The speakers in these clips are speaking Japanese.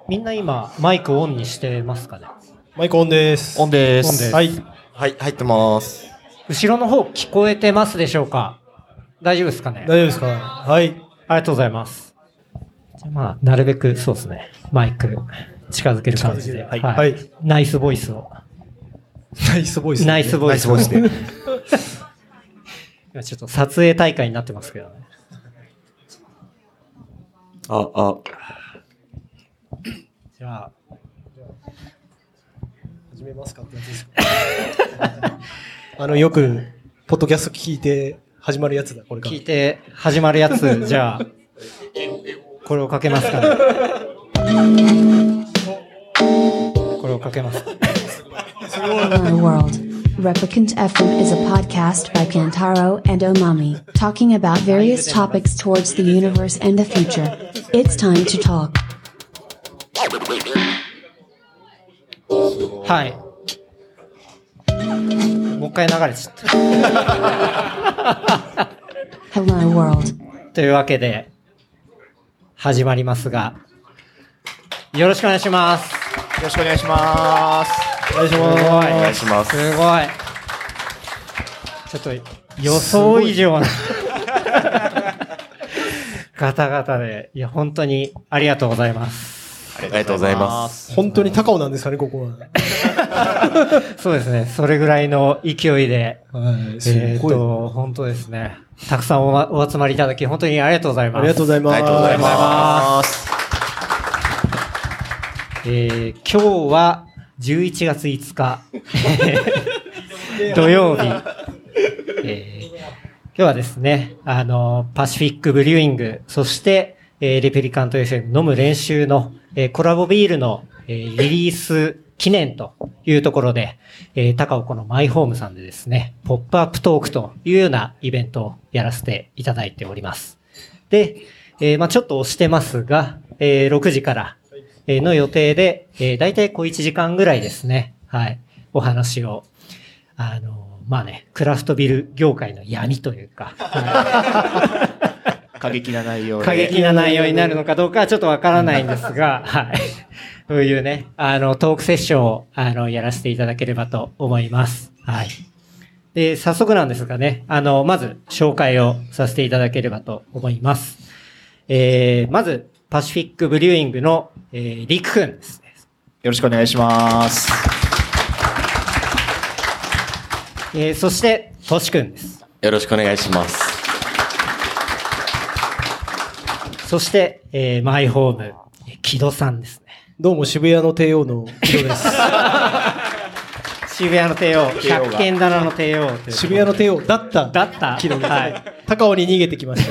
みんな今マイクオンにしてますかね。 マイクオンです。 オンです。 はい。 はい、入ってます。 後ろの方聞こえてますでしょうか。大丈夫ですかね。 大丈夫ですか。はい。 ありがとうございます。じゃあまあ、なるべくそうですね。マイク近づける感じで。 はい。はい。 ナイスボイスを。 ナイスボイス、 ナイスボイス。 ナイスボイスで。 今ちょっと撮影大会になってますけどね。じゃあ。 始めますかってやつですか。よく、ポッドキャスト聞いて始まるやつだ、これから。 聞いて始まるやつ、じゃあ、これをかけますかね。これをかけます。 Hello world. Replicant FM is a podcast by Kantaro and Omami, talking about various topics towards the universe and the future. It's time to talk. はい。もう一回流れちゃった。 Hello world. というわけで、始まりますが、よろしくお願いします。 よろしくお願いします。 お願いします。 お願いします。 すごい。ちょっと予想以上な方々で、いや本当にありがとうございます。 ありがとうございます。 本当に高尾なんですかね、ここは。 そうですね。それぐらいの勢いで、 はい、 本当ですね。たくさんお集まりいただき、本当にありがとうございます。 ありがとうございます。 ありがとうございます。 今日は11月5日土曜日、今日はですね、パシフィックブリューイング、そして、レプリカント FM 飲む練習の、コラボビールの、リリース記念というところで、高岡のマイホームさんでですね、ポップアップトークというようなイベントをやらせていただいております。で、ちょっと押してますが、6時からの予定で、だいたい1時間ぐらいですね、はい、お話を、クラフトビール業界の闇というか、 過激な内容になるのかどうかはちょっとわからないんですが、はい。そういうね、トークセッションを、やらせていただければと思います。はい。で、早速なんですがね、まず紹介をさせていただければと思います。まず、パシフィックブリューイングの、リクくんですね。 よろしくお願いします。 そして、トシくんです。 よろしくお願いします。 そして、マイホーム、木戸さんですね。 どうも渋谷の帝王の木戸です。 渋谷の帝王、100軒棚の帝王という。 渋谷の帝王だった木戸です。はい。 高尾に逃げてきました。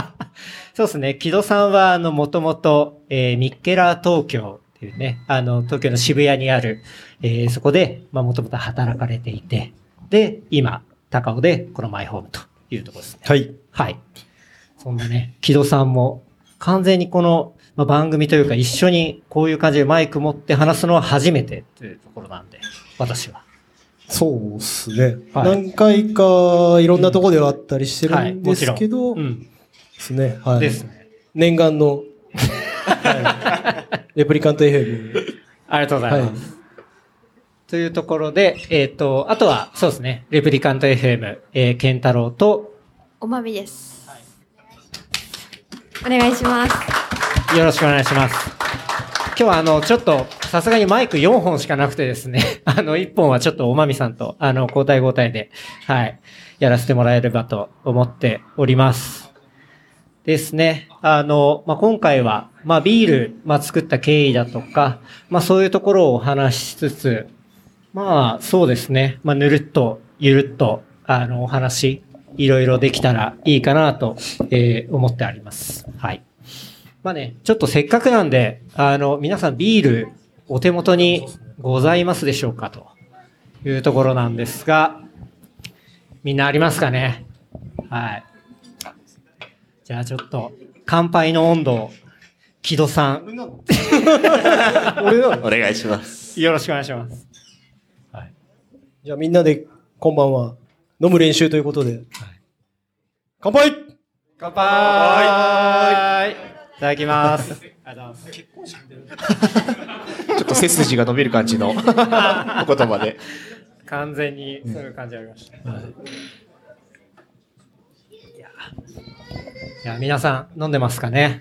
そうですね。木戸さんは、もともと、ミッケラー東京っていうね、東京の渋谷にある、そこで、もともと働かれていて、で、今、高尾で、このマイホームというところですね。 はい。 はい。そんなね、木戸さんも、完全にこの、番組というか一緒にこういう感じでマイク持って話すのは初めてというところなんで、私は。 そうですね。 はい、 何回かいろんなところではあったりしてるんですけど、 はい、 ですね。はい。 ですね。 念願の、はい、レプリカント FM。 ありがとうございます。はい、というところで、あとは、そうですね、レプリカント FM、ケンタロウと、 おまみです。はい、お願いします。 よろしくお願いします。今日はちょっと、さすがにマイク4本しかなくてですね、1本はちょっとおまみさんと、交代交代で、はい、やらせてもらえればと思っております。ですね。今回は、ビール、作った経緯だとか、そういうところをお話ししつつ、そうですね。ぬるっと、ゆるっと、お話、いろいろできたらいいかなと、思ってあります。はい。ちょっとせっかくなんで、皆さんビールお手元にございますでしょうかというところなんですが、みんなありますかね？はい。じゃあちょっと、乾杯の温度を、木戸さん。 お願いします。 よろしくお願いします。 はい。じゃあみんなで、こんばんは。飲む練習ということで。はい、乾杯！ 乾杯！いただきます。 結婚式みたいな。 ちょっと背筋が伸びる感じのお言葉で。 完全にそういう感じありました。いや、皆さん飲んでますかね。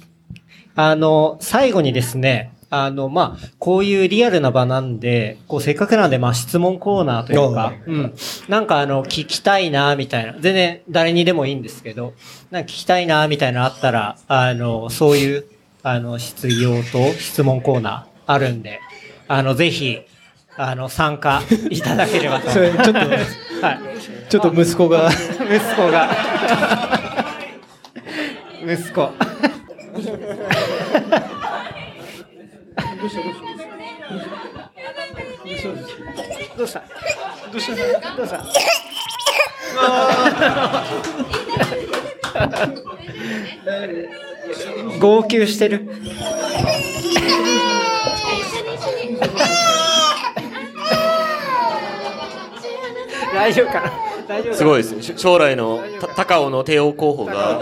最後にですね、こういうリアルな場なんで、せっかくなんで、質問コーナーというか、なんか聞きたいな、みたいな。全然誰にでもいいんですけど、なんか聞きたいな、みたいなのあったら、そういう、質疑応答、質問コーナーあるんで、ぜひ、参加いただければと。 それ、ちょっと、はい。ちょっと息子が。 息子。どうした号泣してる。大丈夫かな。大丈夫かな。 すごいですね。将来の高尾の帝王候補が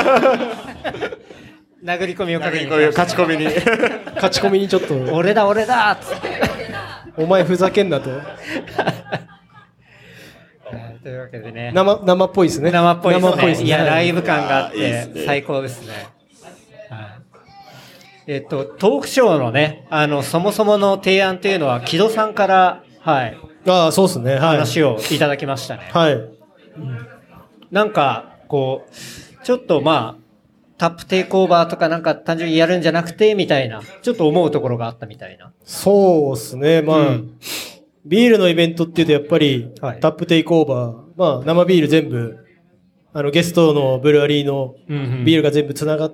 殴り込みを確認。 勝ち込みに勝ち込みにちょっと俺だっつってお前ふざけんなと。 というわけでね、 生っぽいですね。 生っぽいですね。いや、ライブ感があっいいですねて最高ですね。トークショーのね、そもそもの提案というのは木戸さんから、はい、 そうですね。はい。 話をいただきましたね。 はい。 なんかちょっとタップテイクオーバーとかなんか単純にやるんじゃなくてみたいな、ちょっと思うところがあったみたいな。 そうですね。ビールのイベントっていうとやっぱり、 はい、 タップテイクオーバー、生ビール全部、ゲストのブルワリーのビールが全部繋がって、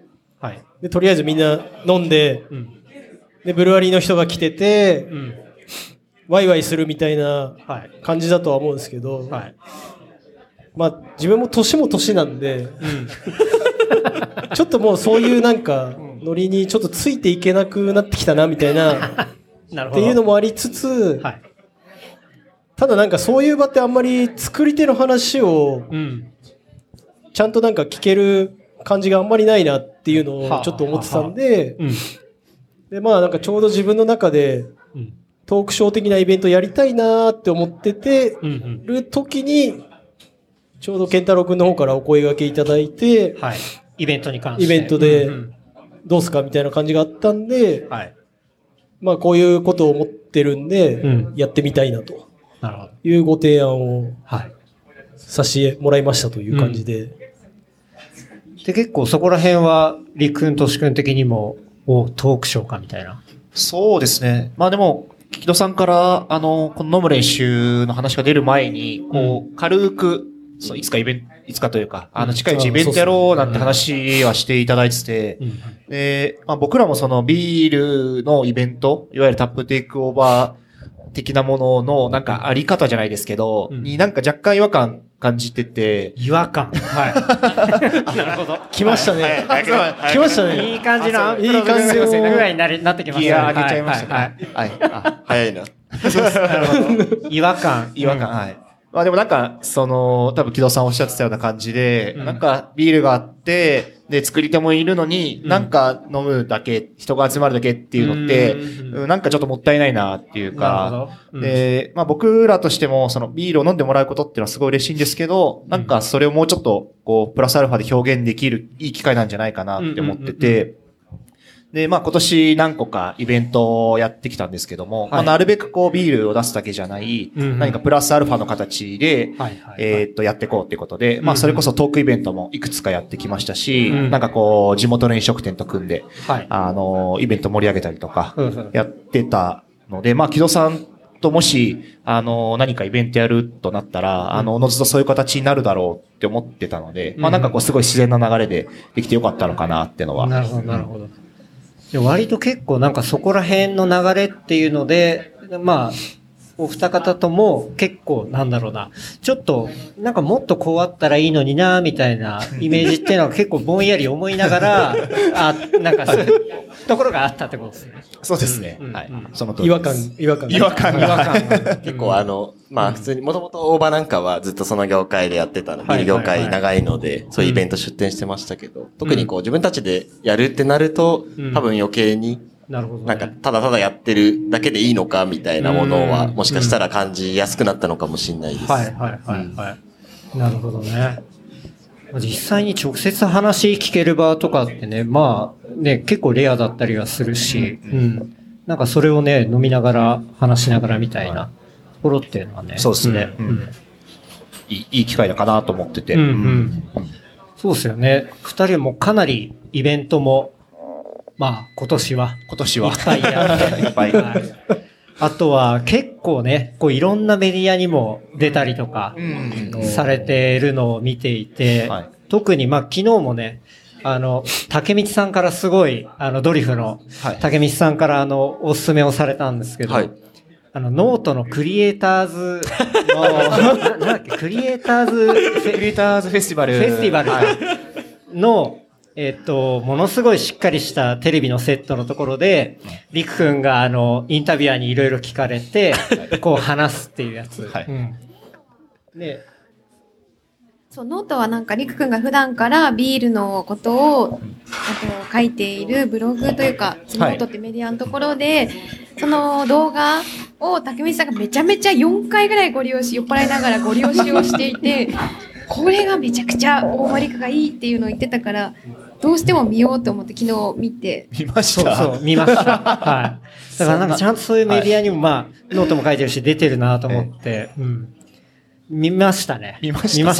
はい。 で、とりあえずみんな飲んで、で、ブルワリーの人が来てて、ワイワイするみたいな感じだとは思うんですけど、 はい。 自分も年も年なんで、ちょっともうそういうなんか、ノリにちょっとついていけなくなってきたなみたいな、 なるほど。 っていうのもありつつ、 はい。 ただなんかそういう場ってあんまり作り手の話を、ちゃんとなんか聞ける感じがあんまりないなっていうのをちょっと思ってたんで、で、なんかちょうど自分の中で、トークショー的なイベントやりたいなーって思っててる時に、ちょうど健太郎くんの方からお声掛けいただいて、 はい。イベントに関して。 イベントで、どうすかみたいな感じがあったんで、 はい。 こういうことを思ってるんで、やってみたいなと。 なるほど。 いうご提案を、 はい。 させてもらいましたという感じで。 で、結構そこら辺は、りくんとしくん的にも、トークショーかみたいな。 そうですね。でも、木戸さんから、この飲む練習の話が出る前に、軽く、いつかというか、近いうちイベントやろうなんて話はしていただいてて、で、僕らもそのビールのイベント、いわゆるタップテイクオーバー的なもののなんかあり方じゃないですけど、になんか若干違和感感じてて。 違和感。はい。なるほど。 来ましたね。来ましたね。 いい感じのアンプロいい感じのぐらいになってきましたね。 ギア上げちゃいましたね。はい。 早いな。 なるほど。違和感。 はい。でもなんか、多分木戸さんおっしゃってたような感じで、なんかビールがあって、で、作り手もいるのに、なんか飲むだけ、人が集まるだけっていうのって、なんかちょっともったいないなっていうか、で、僕らとしても、ビールを飲んでもらうことっていうのはすごい嬉しいんですけど、なんかそれをもうちょっと、プラスアルファで表現できるいい機会なんじゃないかなって思ってて、で、今年何個かイベントをやってきたんですけども、なるべくビールを出すだけじゃない、何かプラスアルファの形で、やっていこうっていうことで、それこそトークイベントもいくつかやってきましたし、なんか地元の飲食店と組んで、イベント盛り上げたりとか、やってたので、木戸さんともし、何かイベントやるとなったら、おのずとそういう形になるだろうって思ってたので、なんかすごい自然な流れでできてよかったのかなっていうのは。 なるほど、なるほど。割と結構なんかそこら辺の流れっていうので、お二方とも結構なんだろうな、ちょっとなんかもっとこうあったらいいのになみたいなイメージっていうのは結構ぼんやり思いながら、なんかところがあったってことですね。 そうですね。はい。その通り違和感が。結構まあ普通に、もともと大場なんかはずっとその業界でやってたの、ビール業界長いので、そういうイベント出展してましたけど、特にこう自分たちでやるってなると、多分余計に、なんかただただやってるだけでいいのかみたいなものは、もしかしたら感じやすくなったのかもしれないです。 はいはいはい。なるほどね。実際に直接話聞ける場とかってね、まあね、結構レアだったりはするし、なんかそれをね、飲みながら話しながらみたいなところっていうのはね。 そうですね。いい機会だかなと思ってて。 そうですよね。二人もかなりイベントも、まあ今年はいっぱいやって。いっぱい。あとは結構ね、こういろんなメディアにも出たりとかされているのを見ていて、特にまあ昨日もね、竹道さんからすごい、ドリフの竹道さんからおすすめをされたんですけど、ノートのクリエイターズの、なんだっけ、クリエイターズフェスティバルの、ものすごいしっかりしたテレビのセットのところで、りくくんがインタビュアーにいろいろ聞かれて、こう話すっていうやつ。 で、そう、ノートはなんかりくくんが普段からビールのことを、書いているブログというか、ノートってメディアのところで、その動画を竹道さんがめちゃめちゃ4回ぐらい酔っ払いながらご利用しをしていて、これがめちゃくちゃ大場りくがいいっていうのを言ってたから、どうしても見ようと思って昨日見て。 見ました。 そう、見ました。はい。だからなんかちゃんとそういうメディアにもまあ、ノートも書いてるし出てるなと思って、見ましたね。 見ました。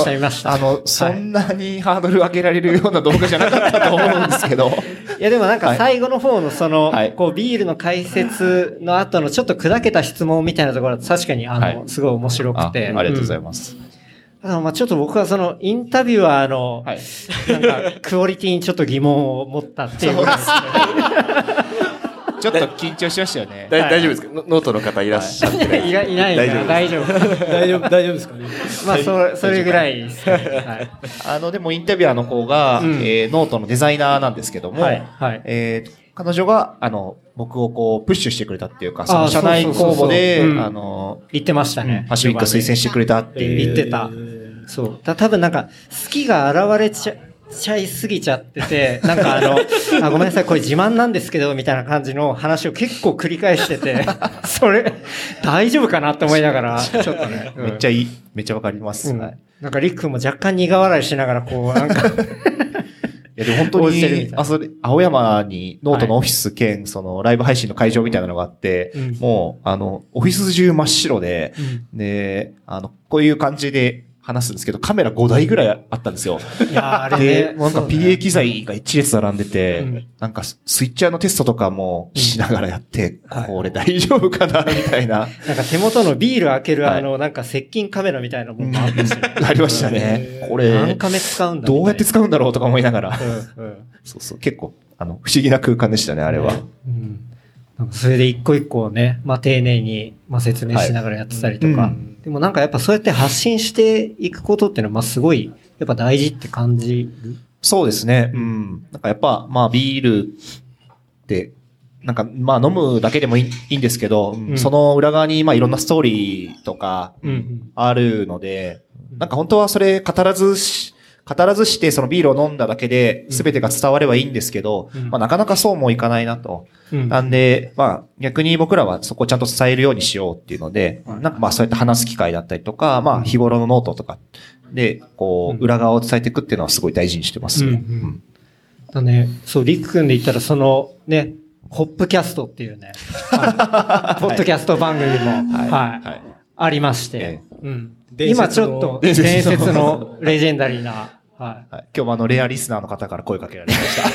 そんなにハードル上げられるような動画じゃなかったと思うんですけど。 いやでもなんか最後の方のこうビールの解説の後のちょっと砕けた質問みたいなところは確かにすごい面白くて。 ありがとうございます。 まあちょっと僕はそのインタビュアーのなんかクオリティにちょっと疑問を持ったっていうことですね。 ちょっと緊張しましたよね。 大丈夫ですか？ノートの方いらっしゃってない？ いないから大丈夫ですかね。 まあそれぐらいですね。 でもインタビュアーの子がノートのデザイナーなんですけども、彼女が僕をこうプッシュしてくれたっていうか、その社内公募で言ってましたね。 パシフィック推薦してくれたっていう。 言ってた。そう。多分なんか好きが現れちゃいすぎちゃってて、なんかごめんなさい、これ自慢なんですけど、みたいな感じの話を結構繰り返してて、それ、大丈夫かなって思いながら、ちょっとね。 めっちゃいい。めっちゃわかります。 なんかリックも若干苦笑いしながら、こう、なんか、 いやでも本当に、青山にノートのオフィス兼、そのライブ配信の会場みたいなのがあって、もう、オフィス中真っ白で、で、こういう感じで、話すんですけど、カメラ5台ぐらいあったんですよ。 いやあれね。なんか PA 機材が一列並んでて、なんかスイッチャーのテストとかもしながらやって、これ大丈夫かなみたいな。 なんか手元のビール開けるなんか接近カメラみたいなものもあったし。 ありましたね。これ、 何カメ使うんだどうやって使うんだろうとか思いながら。そうそう、結構、不思議な空間でしたね、あれは。 それで一個一個ね、まあ丁寧に説明しながらやってたりとか。でもなんかやっぱそうやって発信していくことっていうのはまあすごいやっぱ大事って感じる？ そうですね。なんかやっぱまあビールってなんかまあ飲むだけでもいいんですけど、その裏側にまあいろんなストーリーとかあるので、なんか本当はそれ語らずしてそのビールを飲んだだけで全てが伝わればいいんですけど、まあなかなかそうもいかないなと。なんで、まあ逆に僕らはそこをちゃんと伝えるようにしようっていうので、なんかまあそうやって話す機会だったりとか、まあ日頃のノートとかで、こう、裏側を伝えていくっていうのはすごい大事にしてますね。 だね、そう、リク君で言ったらそのね、ホップキャストっていうね、ポッドキャスト番組も、ありまして、今ちょっと伝説のレジェンダリーな、 今日もレアリスナーの方から声かけられました。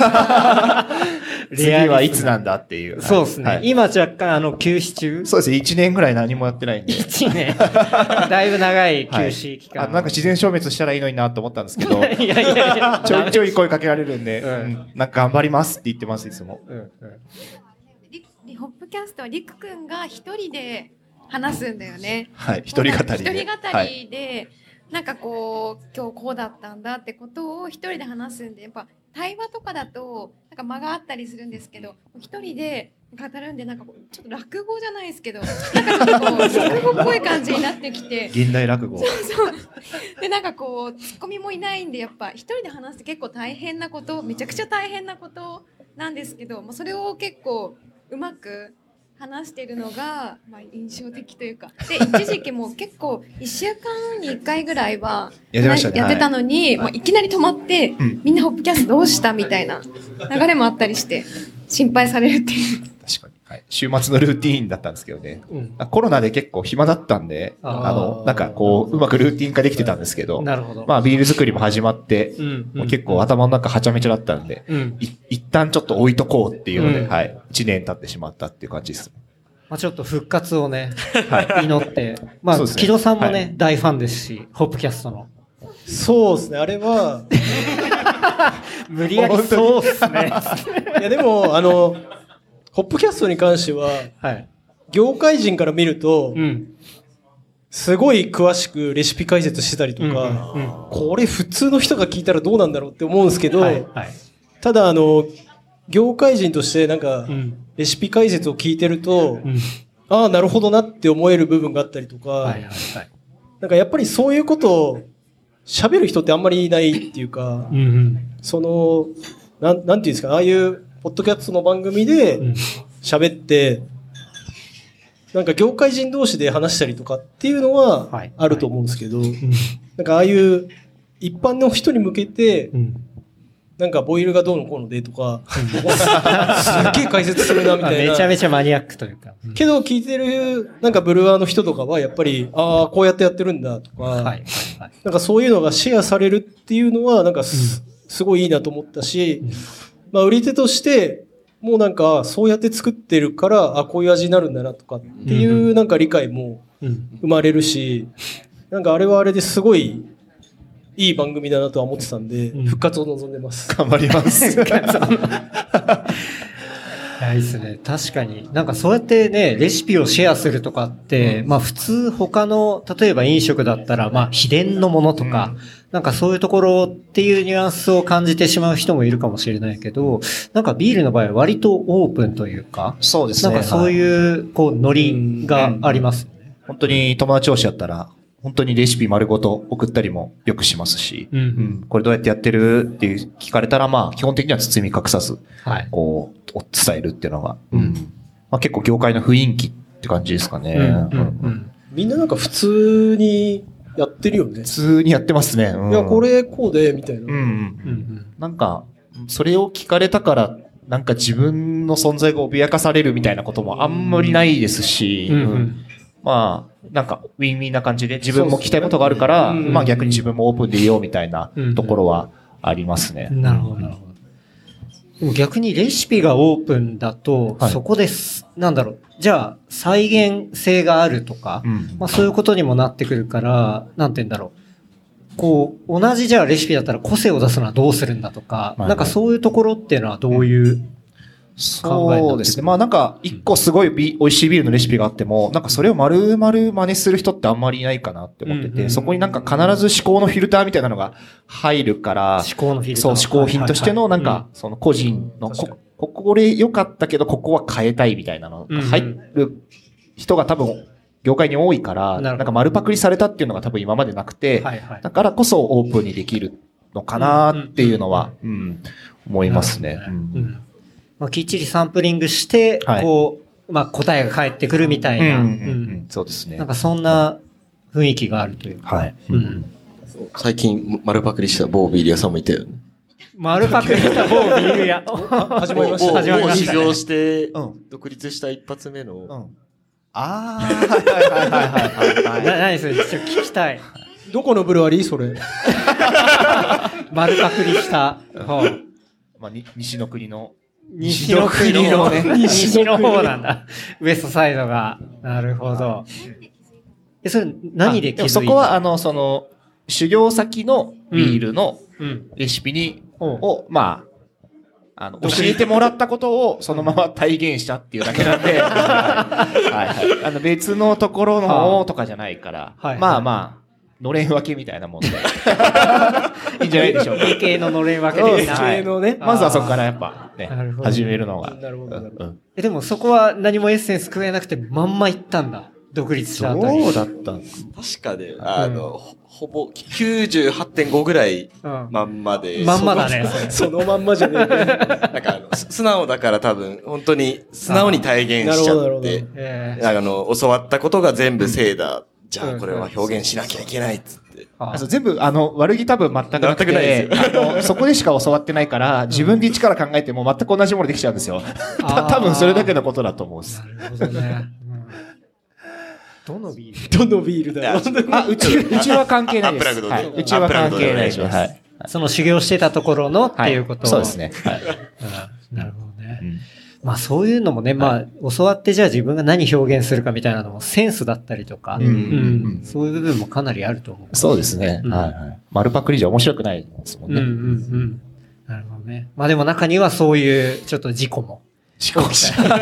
次はいつなんだっていう。 そうですね。今若干休止中？ そうですね。1年ぐらい何もやってないんで。 1年だいぶ長い休止期間。 なんか自然消滅したらいいのになと思ったんですけど。いやちょいちょい声かけられるんで、なんか頑張りますって言ってます、いつも。 ホップキャストはリク君が一人で話すんだよね。 はい、一人語りで。 一人語りで、なんかこう、今日こうだったんだってことを一人で話すんで、やっぱ対話とかだとなんか間があったりするんですけど、一人で語るんでなんかちょっと落語じゃないですけど、なんかちょっとこう落語っぽい感じになってきて、 現代落語。 そうでなんかこうツッコミもいないんで、やっぱ一人で話すって結構大変なこと、めちゃくちゃ大変なことなんですけど、それを結構うまく話してるのが、印象的というか、で一時期も結構1週間に1回ぐらいはやってたのに、もういきなり止まって、みんなホップキャストどうしたみたいな流れもあったりして心配されるっていう。 確かに、はい、週末のルーティーンだったんですけどね、コロナで結構暇だったんで、なんかこううまくルーティン化できてたんですけど、 なるほど。 ビール作りも始まって、もう結構頭の中はちゃめちゃだったんで、一旦ちょっと置いとこうっていうので、はい、1年経ってしまったっていう感じです。 ちょっと復活をね、祈って、木戸さんもね、大ファンですし、ホップキャストの。 そうですね、あれは無理やりそうっすね。 いやでもホップキャストに関しては、業界人から見ると、すごい詳しくレシピ解説してたりとか、これ普通の人が聞いたらどうなんだろうって思うんですけど、ただ業界人としてなんか、レシピ解説を聞いてると、ああなるほどなって思える部分があったりとか、なんかやっぱりそういうことを喋る人ってあんまりいないっていうか、そのなんていうんですか、ああいうポッドキャストの番組で喋って、なんか業界人同士で話したりとかっていうのはあると思うんですけど、なんかああいう一般の人に向けて、なんかボイルがどうのこうのでとか、すっげえ解説するなみたいな。 めちゃめちゃマニアックというか。 けど聞いてるなんかブルワーの人とかはやっぱり、ああこうやってやってるんだとか、なんかそういうのがシェアされるっていうのはなんかすごいいいなと思ったし、売り手としてもうなんかそうやって作ってるから、あこういう味になるんだなとかっていうなんか理解も生まれるし、なんかあれはあれですごいいい番組だなとは思ってたんで、復活を望んでます。 頑張ります。 いいですね。確かに。なんかそうやってね、レシピをシェアするとかって、普通他の、例えば飲食だったら、秘伝のものとか、なんかそういうところっていうニュアンスを感じてしまう人もいるかもしれないけど、なんかビールの場合は割とオープンというか、 そうですね。 なんかそういう、ノリがありますよね。 本当に友達同士だったら、本当にレシピ丸ごと送ったりもよくしますし、これどうやってやってるっていう聞かれたら、基本的には包み隠さず、こう、伝えるっていうのが、結構業界の雰囲気って感じですかね。 みんななんか普通にやってるよね。 普通にやってますね。 いや、これこうで、みたいな。 なんか、それを聞かれたから、なんか自分の存在が脅かされるみたいなこともあんまりないですし、なんか、ウィンウィンな感じで自分も聞きたいことがあるから、逆に自分もオープンでいようみたいなところはありますね。 なるほど、なるほど。でも逆にレシピがオープンだと、そこです、なんだろう。じゃあ、再現性があるとか、そういうことにもなってくるから、なんて言うんだろう。こう、同じじゃあレシピだったら個性を出すのはどうするんだとか、なんかそういうところっていうのはどういう、 そうですね。なんか、一個すごい美味しいビールのレシピがあっても、なんかそれを丸々真似する人ってあんまりいないかなって思ってて、そこになんか必ず思考のフィルターみたいなのが入るから、 思考のフィルター。 そう、思考品としてのなんか、その個人の、これ良かったけど、ここは変えたいみたいなのが入る人が多分、業界に多いから、なんか丸パクリされたっていうのが多分今までなくて、だからこそオープンにできるのかなっていうのは、思いますね。 きっちりサンプリングして、こう、答えが返ってくるみたいな。 そうですね。 なんかそんな雰囲気があるというか。 最近、丸パクリした某ビール屋さんもいたよね。 丸パクリした某ビール屋。 始まりました。 始まりました。起業して、独立した一発目の。 何それちょっと聞きたい。 どこのブルワリーそれ。 丸パクリした。 西の国の。 西の国のね。西の方なんだ。ウエストサイドが。なるほど。それ何で気づいた？ そこは、その、修行先のビールのレシピに、教えてもらったことをそのまま体現したっていうだけなんで、別のところのとかじゃないから、 のれん分けみたいなもんで。いいんじゃないでしょうか。 家系ののれん分け的な。 系のね。 まずはそこからやっぱね、始めるのが。 なるほど。 でもそこは何もエッセンス加えなくてまんま行ったんだ。独立した後に。 そうだったんです。 確かで、ほぼ 98.5 ぐらいまんまで。 まんまだね。 そのまんまじゃねえか。 なんか素直だから多分、本当に素直に体現しちゃって、教わったことが全部正だ。じゃあこれは表現しなきゃいけないっつって。 全部、悪気多分全くなくて、そこでしか教わってないから、自分で一から考えても全く同じものできちゃうんですよ。多分それだけのことだと思うんです。 なるほどね。どのビールだよ。 うちは関係ないです。うちは関係ないです。はい。 その修行してたところのっていうことを。 そうですね。はい。 なるほどね。まあそういうのもね、まあ教わってじゃあ自分が何表現するかみたいなのもセンスだったりとか、そういう部分もかなりあると思う。 そうですね。はい。丸パクリじゃ面白くないですもんね。 なるほどね。まあでも中にはそういうちょっと事故も。 事故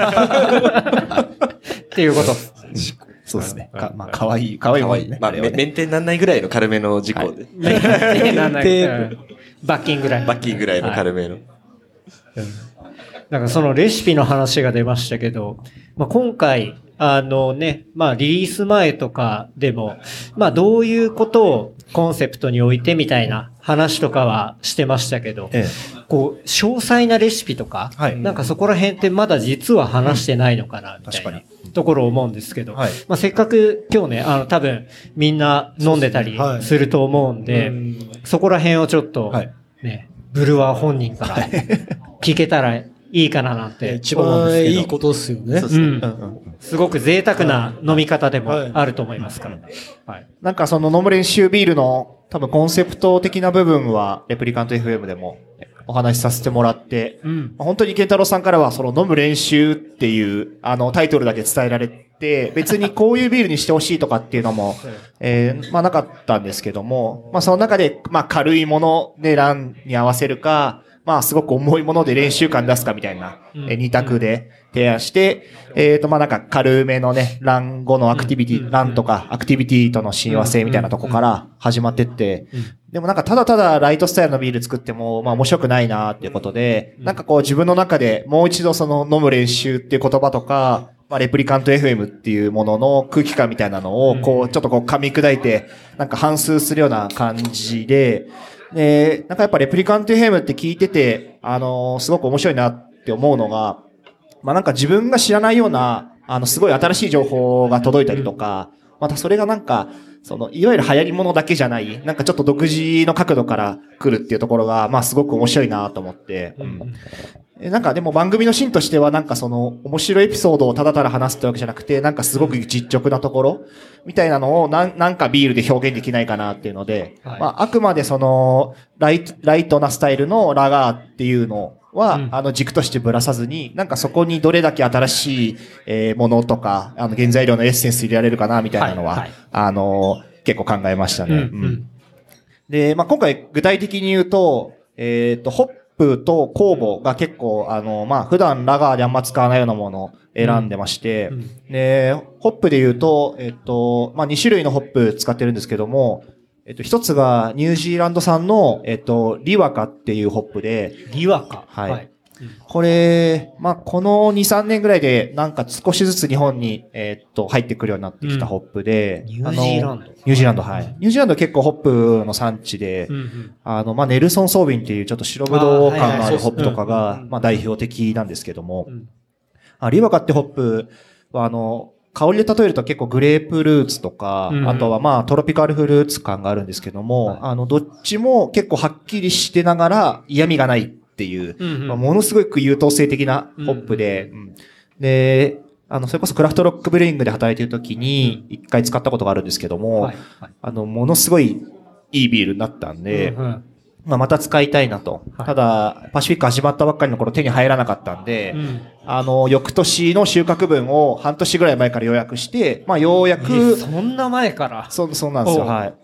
っていうこと。 そうですね。まあ、可愛いもんね。 まあ、メンテになんないぐらいの軽めの事故で。 メンテなんない。罰金ぐらい。 罰金ぐらいの軽めの。 なんかそのレシピの話が出ましたけど、まあ、今回、まあリリース前とかでも、まあどういうことをコンセプトに置いてみたいな話とかはしてましたけど、こう、詳細なレシピとか、なんかそこら辺ってまだ実は話してないのかな、みたいなところを思うんですけど、まあせっかく今日ね、多分みんな飲んでたりすると思うんで、そこら辺をちょっと、ね、ブルワー本人から聞けたらいいかななんて思うんですけど。一番いいことですよね。 すごく贅沢な飲み方でもあると思いますからね。 なんかその飲む練習ビールの多分コンセプト的な部分はレプリカント FM でもお話しさせてもらって、本当に健太郎さんからはその飲む練習っていうタイトルだけ伝えられて、別にこういうビールにしてほしいとかっていうのも、まあなかったんですけども、まあその中でまあ軽いものでランに合わせるか、まあすごく重いもので練習感出すかみたいな、二択で提案して、まあなんか軽めのね、ラン後のアクティビティ、ランとかアクティビティとの親和性みたいなとこから始まってって、でもなんかただただライトスタイルのビール作っても、まあ面白くないなっていうことで、なんかこう自分の中でもう一度その飲む練習っていう言葉とか、まあレプリカント FM っていうものの空気感みたいなのを、こうちょっとこう噛み砕いて、なんか反芻するような感じで、で、なんかやっぱレプリカント FM って聞いてて、すごく面白いなって思うのが、まあなんか自分が知らないような、すごい新しい情報が届いたりとか、またそれがなんか、いわゆる流行り物だけじゃない、なんかちょっと独自の角度から来るっていうところが、まあすごく面白いなと思って、なんかでも番組の芯としてはなんか面白いエピソードをただただ話すってわけじゃなくて、なんかすごく実直なところみたいなのをなんかビールで表現できないかなっていうので、まああくまでライトなスタイルのラガーっていうのは、軸としてぶらさずに、なんかそこにどれだけ新しい、ものとか、原材料のエッセンス入れられるかなみたいなのは、結構考えましたね。で、まあ今回具体的に言うと、ホップと酵母が結構、まあ、普段ラガーであんま使わないようなものを選んでまして、で、ホップで言うと、まあ、2種類のホップ使ってるんですけども、一つがニュージーランド産の、リワカっていうホップで、 リワカはい。これ、まあ、この2、3年ぐらいで、なんか少しずつ日本に、入ってくるようになってきたホップで、 ニュージーランドニュージーランド、はい。ニュージーランド結構ホップの産地で、まあ、ネルソンソービンっていうちょっと白ぶどう感のあるホップとかが、まあ、代表的なんですけども、リワカってホップは、香りで例えると結構グレープフルーツとか、あとはまあトロピカルフルーツ感があるんですけども、どっちも結構はっきりしてながら嫌味がないっていう、まあ、ものすごく優等生的なホップで、で、それこそクラフトロックブレイングで働いている時に一回使ったことがあるんですけども、ものすごいいいビールになったんで、まあ、また使いたいなと。ただ、パシフィック始まったばっかりの頃手に入らなかったんで、翌年の収穫分を半年ぐらい前から予約して、まあ、ようやく。 そんな前からそうなんですよ。はい。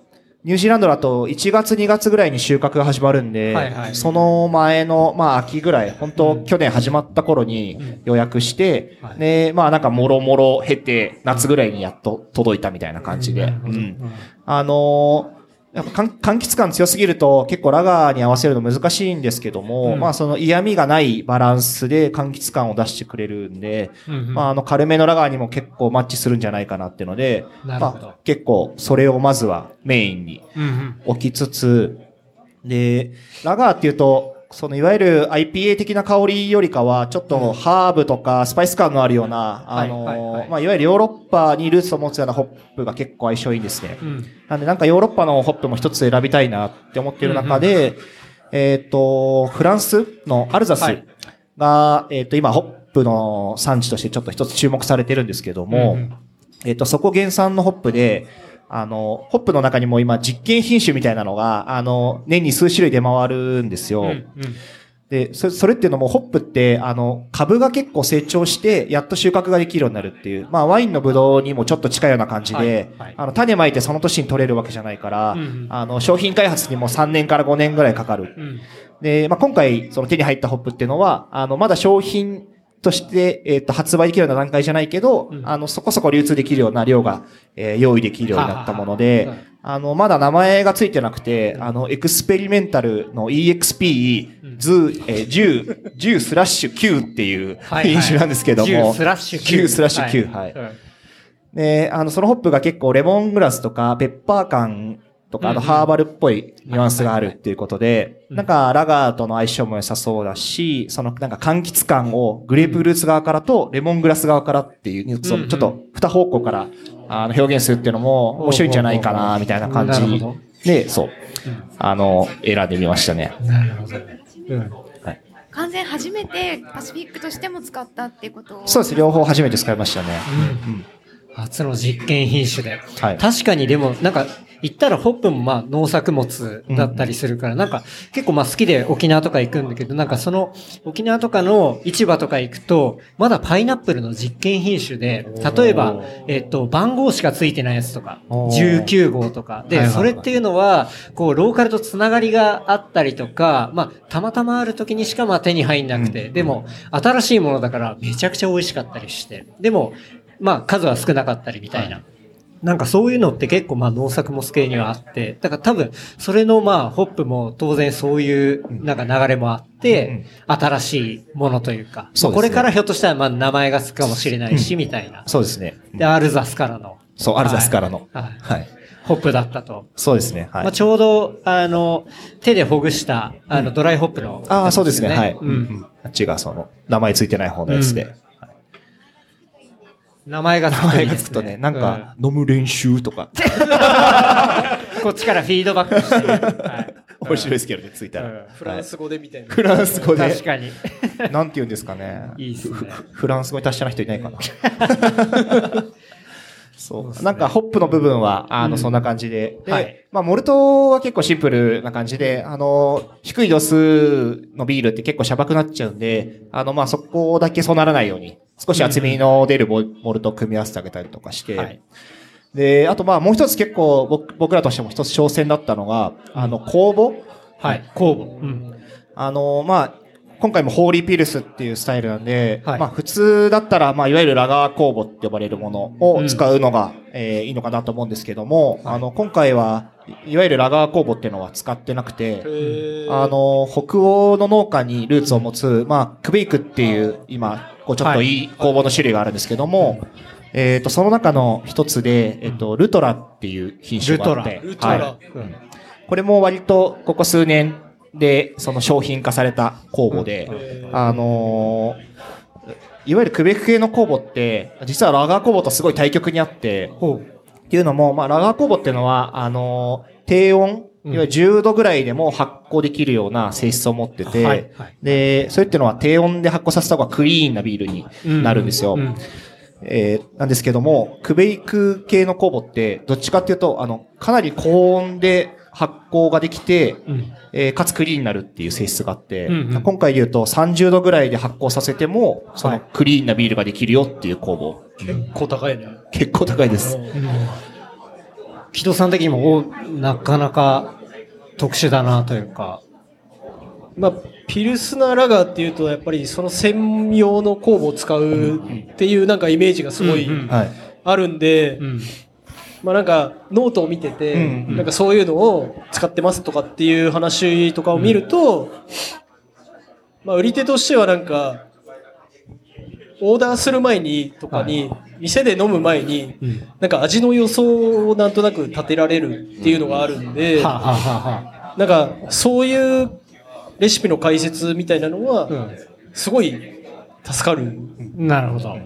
ニュージーランドだと1月2月ぐらいに収穫が始まるんで、はいはい、その前の、まあ秋ぐらい、本当、去年始まった頃に予約して、で、まあなんかもろもろ経て、夏ぐらいにやっと届いたみたいな感じで。やっぱ柑橘感強すぎると結構ラガーに合わせるの難しいんですけども、まあその嫌味がないバランスで柑橘感を出してくれるんで、まあ軽めのラガーにも結構マッチするんじゃないかなっていうので、まあ結構それをまずはメインに置きつつ、で、ラガーっていうと、そのいわゆる IPA 的な香りよりかは、ちょっとハーブとかスパイス感のあるような、まあいわゆるヨーロッパにルーツを持つようなホップが結構相性いいんですね。なんでなんかヨーロッパのホップも一つ選びたいなって思っている中で、フランスのアルザスが、今ホップの産地としてちょっと一つ注目されてるんですけども、そこ原産のホップで、ホップの中にも今実験品種みたいなのが、年に数種類出回るんですよ。で、それっていうのも、ホップって、株が結構成長して、やっと収穫ができるようになるっていう、まあ、ワインのブドウにもちょっと近いような感じで、種まいてその年に取れるわけじゃないから、商品開発にも3年から5年ぐらいかかる。で、まあ、今回、その手に入ったホップっていうのは、まだ商品として、発売できるような段階じゃないけど、そこそこ流通できるような量が、用意できるようになったもので、まだ名前がついてなくて、エクスペリメンタルの EXP10/9 っていう品種なんですけども、10/9。はい。で、そのホップが結構レモングラスとか、ペッパー感とか、ハーバルっぽいニュアンスがあるっていうことで、なんかラガーとの相性も良さそうだし、そのなんか柑橘感をグレープフルーツ側からとレモングラス側からっていう、ちょっと二方向から表現するっていうのも面白いんじゃないかな、みたいな感じで、そう、選んでみましたね。なるほど。 はい。完全初めてパシフィックとしても使ったってことそうです。両方初めて使いましたね。 初の実験品種で。はい、確かにでも、なんか、言ったらホップもまあ農作物だったりするから、なんか結構まあ好きで沖縄とか行くんだけど、なんかその沖縄とかの市場とか行くと、まだパイナップルの実験品種で、例えば、番号しかついてないやつとか、19号とか。で、それっていうのは、こう、ローカルとつながりがあったりとか、まあ、たまたまある時にしかまあ手に入んなくて、でも、新しいものだからめちゃくちゃ美味しかったりして、でも、まあ、数は少なかったりみたいな。なんかそういうのって結構まあ農作物系にはあって、だから多分それのまあホップも当然そういうなんか流れもあって、新しいものというか、これからひょっとしたらまあ名前がつくかもしれないし、みたいな。 そうですね。 で、アルザスからの。 そう、アルザスからの。 はい。ホップだったと。 そうですね。はい。 まあちょうど、手でほぐした、ドライホップの。 ああ、そうですね。はい。あっちがその、名前ついてない方のやつで。 名前がつくとね、なんか、飲む練習とか。 こっちからフィードバックして。 面白いですけどね、ついたら。 フランス語でみたいな。 フランス語で。 確かに。 なんて言うんですかね。 いいっすね。 フランス語に達者な人いないかな。そう。なんか、ホップの部分は、そんな感じで。で、まあ、モルトは結構シンプルな感じで、低い度数のビールって結構シャバくなっちゃうんで、まあ、そこだけそうならないように、少し厚みの出るモルトを組み合わせてあげたりとかして、で、あとまあ、もう一つ結構僕らとしても一つ挑戦だったのが、酵母。 はい、酵母。まあ、今回もホーリーピルスっていうスタイルなんで、まあ普通だったら、まあいわゆるラガー酵母って呼ばれるものを使うのが、いいのかなと思うんですけども、今回はいわゆるラガー酵母っていうのは使ってなくて、北欧の農家にルーツを持つ、まあクベイクっていう今、ちょっといい酵母の種類があるんですけども、その中の一つで、ルトラっていう品種があって、 ルトラ。 これも割とここ数年、で、その商品化された酵母で、いわゆるクベック系の酵母って、実はラガー酵母とすごい対極にあって、っていうのも、まあ、ラガー酵母っていうのは、低温、いわゆる10度ぐらいでも発酵できるような性質を持ってて、で、それっていうのは低温で発酵させた方がクリーンなビールになるんですよ。なんですけども、クベイク系の酵母って、どっちかっていうと、かなり高温で発酵ができて、かつクリーンになるっていう性質があって、今回で言うと30度ぐらいで発酵させても、そのクリーンなビールができるよっていう酵母。 結構高いね。 結構高いです。 木戸さん的にも、なかなか特殊だなというか。 まあ、ピルスナーラガーっていうと、やっぱりその専用の酵母を使うっていうなんかイメージがすごいあるんで、まあなんかノートを見てて、なんかそういうのを使ってますとかっていう話とかを見ると、まあ売り手としてはなんか、オーダーする前にとかに、店で飲む前に、なんか味の予想をなんとなく立てられるっていうのがあるんで、なんかそういうレシピの解説みたいなのは、すごい助かる。 なるほど。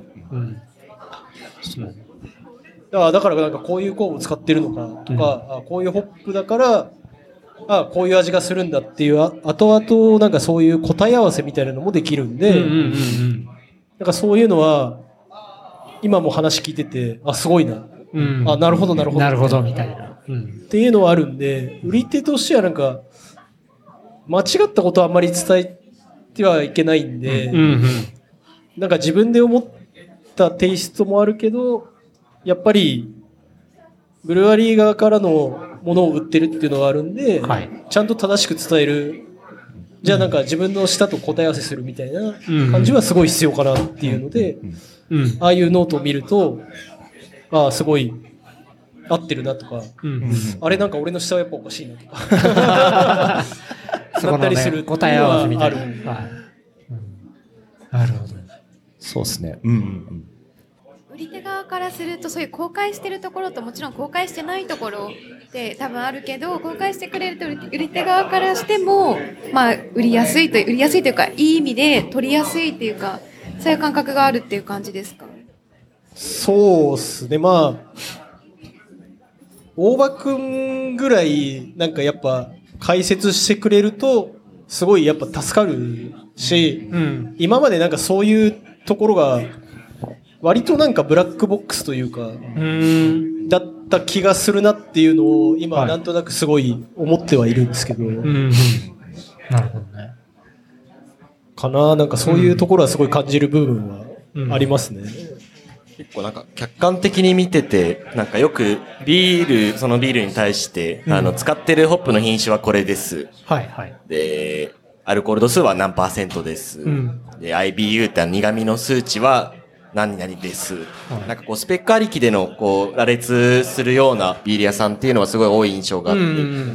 だからなんかこういう酵母を使ってるのかとか、こういうホップだから、こういう味がするんだっていう、後々なんかそういう答え合わせみたいなのもできるんで、なんかそういうのは、今も話聞いてて、すごいな。なるほどなるほど。 なるほどみたいな。 っていうのはあるんで、売り手としてはなんか、間違ったことはあんまり伝えてはいけないんで、なんか自分で思ったテイストもあるけど、やっぱりブルワリー側からのものを売ってるっていうのがあるんで、ちゃんと正しく伝える、じゃあなんか自分の舌と答え合わせするみたいな感じはすごい必要かなっていうので、ああいうノートを見ると、すごい合ってるなとか、あれなんか俺の舌はやっぱおかしいなとかなったりする答え合わせみたいな。なるほど。 そうですね。 売り手側からすると、そういう公開してるところともちろん公開してないところって多分あるけど、公開してくれると売り手側からしても、まあ売りやすいというか、いい意味で取りやすいっていうか、そういう感覚があるっていう感じですか？ そうですね。まあ大場くんぐらいなんかやっぱ解説してくれるとすごいやっぱ助かるし、今までなんかそういうところが割となんかブラックボックスというかだった気がするなっていうのを今なんとなくすごい思ってはいるんですけど、 なるほどね。 かな、なんかそういうところはすごい感じる部分はありますね。 結構なんか客観的に見てて、なんかよくそのビールに対して、使ってるホップの品種はこれです。で、アルコール度数は何%です。で、IBU って苦味の数値は何々です。なんかこうスペックありきでのこう羅列するようなビール屋さんっていうのはすごい多い印象があって、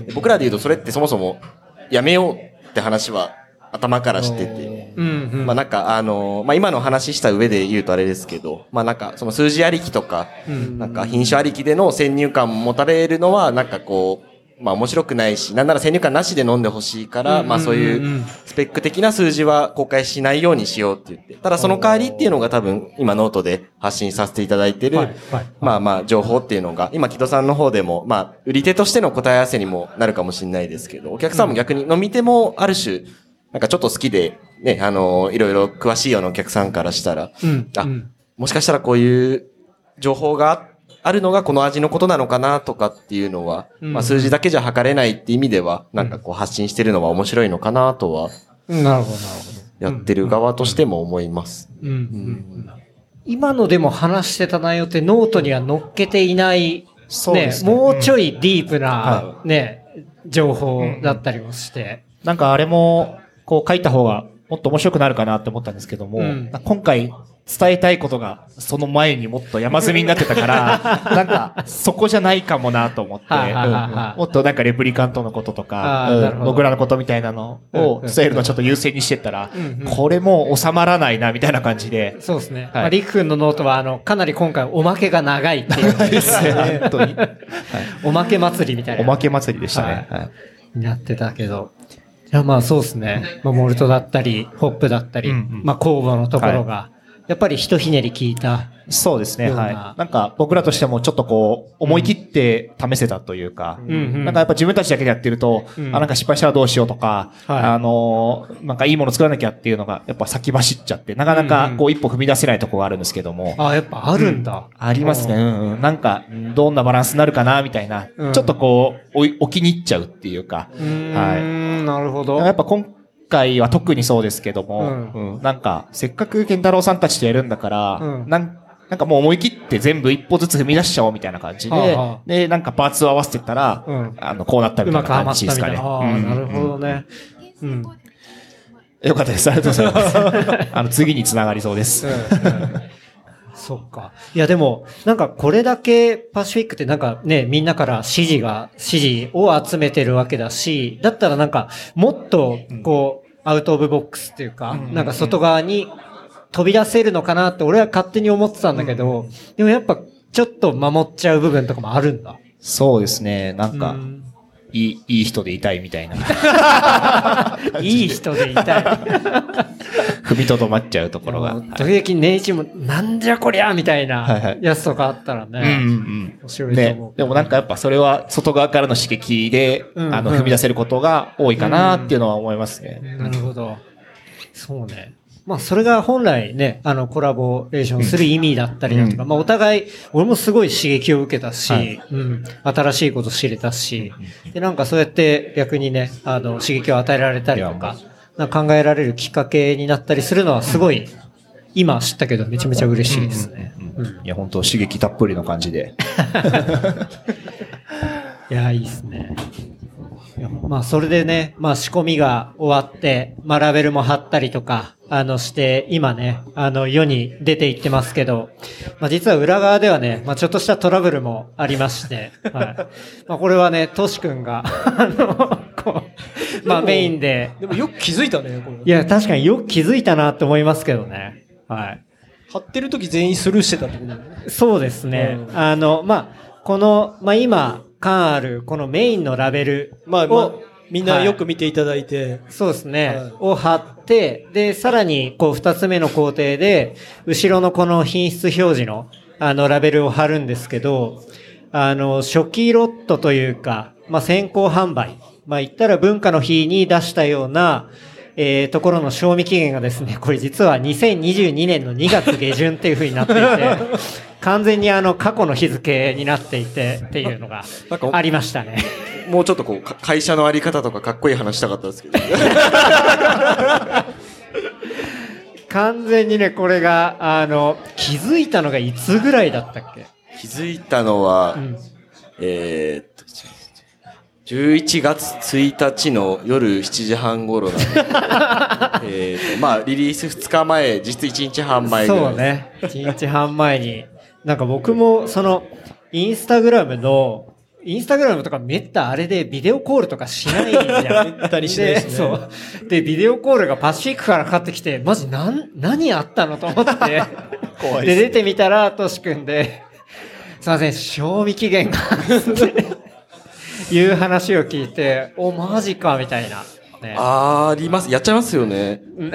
僕らで言うとそれってそもそもやめようって話は頭からしてて、まあなんかまあ今の話した上で言うとあれですけど、まあなんかその数字ありきとか、なんか品種ありきでの先入観を持たれるのはなんかこう、まあ面白くないし、なんなら先入観なしで飲んでほしいから、まあそういうスペック的な数字は公開しないようにしようって言って、ただその代わりっていうのが多分今ノートで発信させていただいてる、まあまあ情報っていうのが、今木戸さんの方でも、まあ売り手としての答え合わせにもなるかもしれないですけど、お客さんも逆に飲み手もある種、なんかちょっと好きで、ね、いろいろ詳しいようなお客さんからしたら、もしかしたらこういう情報があるのがこの味のことなのかなとかっていうのは、まあ数字だけじゃ測れないって意味では、なんかこう発信してるのは面白いのかなとは、 なるほど。 やってる側としても思います。 今のでも話してた内容ってノートには載っけていない、ね、もうちょいディープな、ね、情報だったりもして。 なんかあれも、こう書いた方がもっと面白くなるかなって思ったんですけども、今回伝えたいことがその前にもっと山積みになってたから、なんかそこじゃないかもなと思って、もっとなんかレプリカントのこととか、僕らのことみたいなのを伝えるのをちょっと優先にしてったら、これもう収まらないなみたいな感じで。 そうですね。リク君のノートはかなり今回おまけが長いっていう。 ですね、本当に。 おまけ祭りみたいな。 おまけ祭りでしたね。 になってたけど。いやまあそうですね。まあモルトだったり、ホップだったり、まあ酵母のところが、やっぱりひとひねり効いた。 そうですね。はい。なんか僕らとしてもちょっとこう、思い切って試せたというか、なんかやっぱ自分たちだけでやってると、なんか失敗したらどうしようとか、なんかいいもの作らなきゃっていうのがやっぱ先走っちゃって、なかなかこう一歩踏み出せないところがあるんですけども。 やっぱあるんだ。 ありますね。なんか、どんなバランスになるかなみたいな、ちょっとこう、置きに入っちゃうっていうか。 はい。なるほど。 やっぱ今回は特にそうですけども、なんか、せっかく健太郎さんたちとやるんだから、なんなんかもう思い切って全部一歩ずつ踏み出しちゃおうみたいな感じで、で、なんかパーツを合わせてったら、こうなったみたいな感じですかね。 なるほどね。 よかったです。ありがとうございます。次につながりそうです。 そっか。いやでも、なんかこれだけパシフィックってなんかね、みんなから支持を集めてるわけだし、だったらなんかもっとこう、アウトオブボックスっていうか、なんか外側に飛び出せるのかなって俺は勝手に思ってたんだけど、でもやっぱちょっと守っちゃう部分とかもあるんだ。 そうですね。なんか、いい人でいたいみたいな。 いい人でいたい。 踏みとどまっちゃうところが。 時々ネイチもなんじゃこりゃみたいなやつとかあったらね。面白いと思う。 でもなんかやっぱそれは外側からの刺激で、踏み出せることが多いかなっていうのは思いますね。 なるほど。そうね。まあそれが本来ね、コラボレーションする意味だったりだとか、まあお互い、俺もすごい刺激を受けたし、新しいこと知れたし、でなんかそうやって逆にね、刺激を与えられたりとか、考えられるきっかけになったりするのはすごい、今知ったけどめちゃめちゃ嬉しいですね。 いや本当刺激たっぷりの感じで。 いや、いいですね。まあそれでね、まあ仕込みが終わって、まあラベルも貼ったりとか、して、今ね、世に出ていってますけど、まあ実は裏側ではね、まあちょっとしたトラブルもありまして、はい。まあこれはね、トシ君が、まあメインで。 でもよく気づいたね、これ。 いや、確かによく気づいたなって思いますけどね。はい。 貼ってる時全員スルーしてたってことだよね。 そうですね。まあ、まあ今、感ある、このメインのラベルを、 みんなよく見ていただいて。 そうですね。を貼って、で、さらに、こう、二つ目の工程で、後ろのこの品質表示の、ラベルを貼るんですけど、初期ロットというか、まあ、先行販売。まあ、言ったら文化の日に出したような、ところの賞味期限がですね、これ実は2022年の2月下旬っていう風になっていて、完全に過去の日付になっていてっていうのがありましたね。 もうちょっとこう、会社のあり方とかかっこいい話したかったですけど。 完全にね、これが、気づいたのがいつぐらいだったっけ？ 気づいたのは、11月1日の夜7時半頃なんで、まあ、リリース2日前、実質1日半前ぐらい。 そうね。1日半前に。なんか僕も、インスタグラムとかめったあれでビデオコールとかしないじゃん。 めったりしないですね。 そう。で、ビデオコールがパシフィックからかかってきて、マジ何あったのと思って。怖いで、出てみたら、トシ君で、すいません、賞味期限が、いう話を聞いて、マジか、みたいな。ね、 あります。やっちゃいますよね。 やっ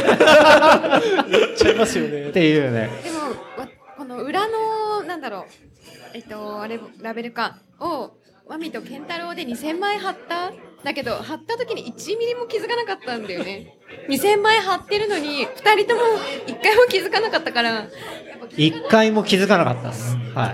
ちゃいますよね。 っていうね。 でも、この裏の、なんだろう、ラベルかを、マミとケンタロウで2000枚貼った。だけど、貼った時に1ミリも気づかなかったんだよね。2000枚貼ってるのに、2人とも1回も気づかなかったから。 1回も気づかなかったです。はい。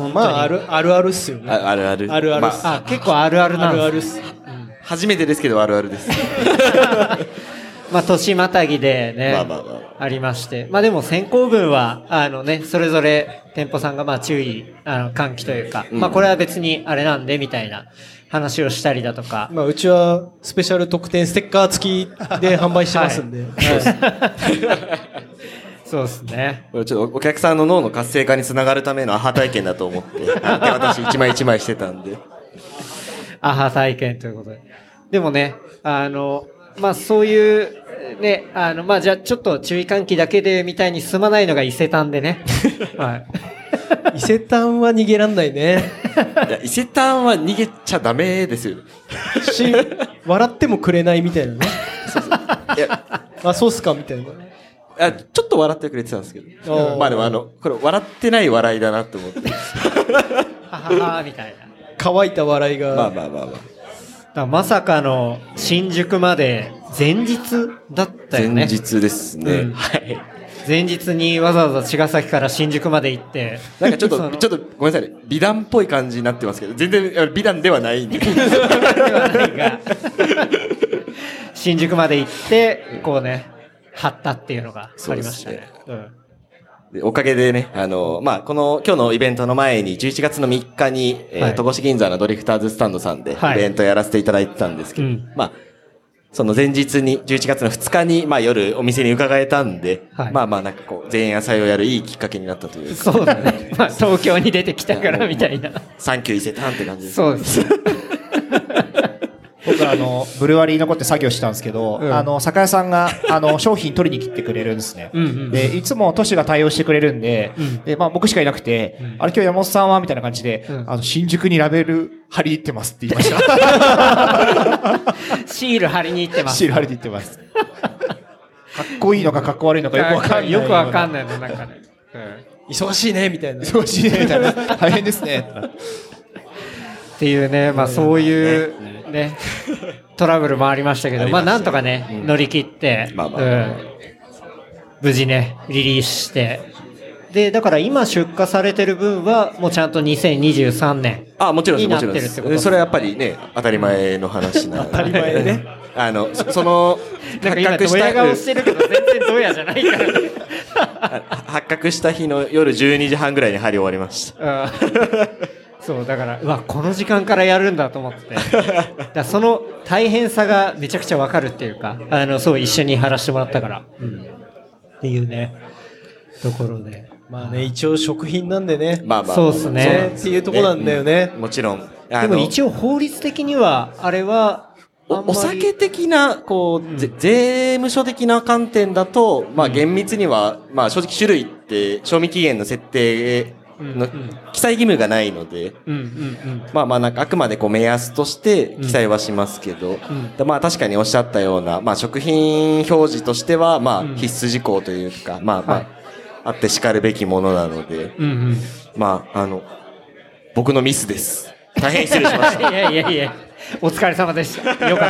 まあ、あるあるっすよね。 あるある。 あるある。結構あるあるなんです。 あるあるっす。 初めてですけど、あるあるです。 まあ、年またぎでね、ありまして。まあでも先行分は、それぞれ店舗さんがまあ注意、喚起というか、まあこれは別にあれなんで、みたいな話をしたりだとか。 まあうちはスペシャル特典ステッカー付きで販売してますんで。 そうですね。 ちょっとお客さんの脳の活性化につながるためのアハ体験だと思って、私一枚一枚してたんで。 アハ体験ということで。でもね、まあそういう、ね、まあじゃあちょっと注意喚起だけでみたいに進まないのが伊勢丹でね。はい。 伊勢丹は逃げらんないね。 いや、伊勢丹は逃げちゃダメですよ。 笑ってもくれないみたいなね。 いや、 そうっすかみたいな。 ちょっと笑ってくれてたんですけど。まあでもこれ笑ってない笑いだなって思って。 はははみたいな。 乾いた笑いが。 まあまあまあまあ。 まさかの新宿まで前日だったよね。 前日ですね。はい。 前日にわざわざ茅ヶ崎から新宿まで行って。 なんかちょっとごめんなさいね。美談っぽい感じになってますけど、全然美談ではないんで。ではないが。 新宿まで行って、こうね、貼ったっていうのがありましたね。 おかげでね、まあ、この今日のイベントの前に11月の3日に、戸越銀座のドリフターズスタンドさんでイベントやらせていただいてたんですけど、まあ、その前日に、11月の2日に、まあ夜お店に伺えたんで、まあまあなんかこう、前夜祭をやるいいきっかけになったというか。そうだね。まあ東京に出てきたからみたいな。 サンキュー伊勢丹って感じです。 そうです。 僕ブルワリー残って作業したんですけど、酒屋さんが、商品取りに来てくれるんですね。で、いつも都市が対応してくれるんで、で、まあ僕しかいなくて、あれ今日山本さんはみたいな感じで、新宿にラベル貼りに行ってますって言いました。 シール貼りに行ってます。 シール貼りに行ってます。かっこいいのかかっこ悪いのかよくわかんない。 よくわかんないの、なんかね。 忙しいね、みたいな。 忙しいね、みたいな。大変ですね。 っていうね、まあそういうね、トラブルもありましたけど、まあなんとかね、乗り切って、無事ね、リリースして、で、だから今出荷されてる分は、もうちゃんと2023年もちろんになってるってことです。 それはやっぱりね、当たり前の話なので。 当たり前ね。 その、 なんか今、ドヤ顔してるけど、全然ドヤじゃないから。 発覚した日の夜12時半ぐらいに貼り終わりました。 そう、だから、うわ、この時間からやるんだと思って。だその大変さがめちゃくちゃわかるっていうか、そう、一緒に貼らせてもらったから。っていうね、ところで。 まあね、一応食品なんでね。 まあまあ。 そうですね。 っていうところなんだよね。 もちろん。 でも一応法律的には、あれは、 お酒的な、こう、税務署的な観点だと、まあ厳密には、まあ正直種類って賞味期限の設定の記載義務がないので、まあまあなんかあくまでこう目安として記載はしますけど、まあ確かにおっしゃったような、まあ食品表示としては、まあ必須事項というか、まあまあ、あって叱るべきものなので、まあ僕のミスです。大変失礼しました。 いや、お疲れ様でした。よかった。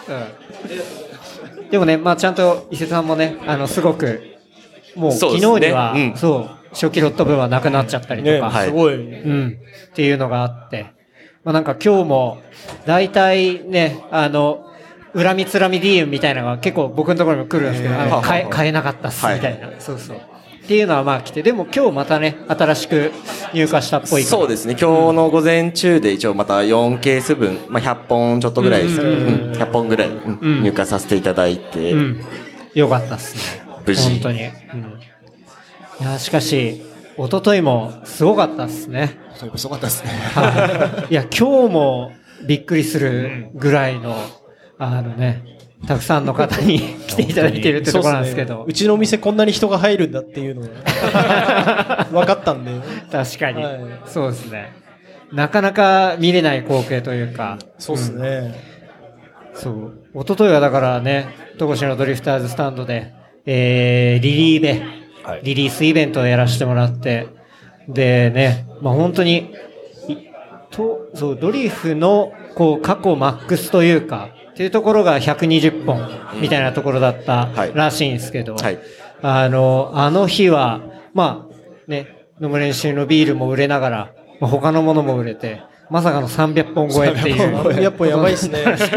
でもね、まあちゃんと伊勢さんもね、すごく、もう昨日には、そう、初期ロット分はなくなっちゃったりとか、 すごい、 っていうのがあって、まあなんか今日も、大体ね、恨みつらみ DM みたいなのが結構僕のところにも来るんですけど、買えなかったっす、みたいな。そうそう。っていうのはまあ来て、でも今日またね、新しく入荷したっぽいから。 そうですね、今日の午前中で一応また4ケース分、まあ100本ちょっとぐらいですね、100本ぐらい入荷させていただいて。 よかったっすね。 無事。 本当に。いや、しかし、一昨日もすごかったっすね。 すごかったっすね。 いや、今日もびっくりするぐらいの、たくさんの方に来ていただいているってところなんですけど。 うちのお店こんなに人が入るんだっていうのが分かったんで。 確かに、そうですね。なかなか見れない光景というか。 そうですね。 そう。一昨日はだからね、戸越のドリフターズスタンドで、リリースイベントをやらせてもらって、でね、まあ本当に、そう、ドリフの、こう、過去マックスというか、っていうところが120本みたいなところだったらしいんですけど、あの日は、まあね、飲む練習のビールも売れながら、まあ、他のものも売れて、まさかの300本超えっていう。 300本やばいっすね。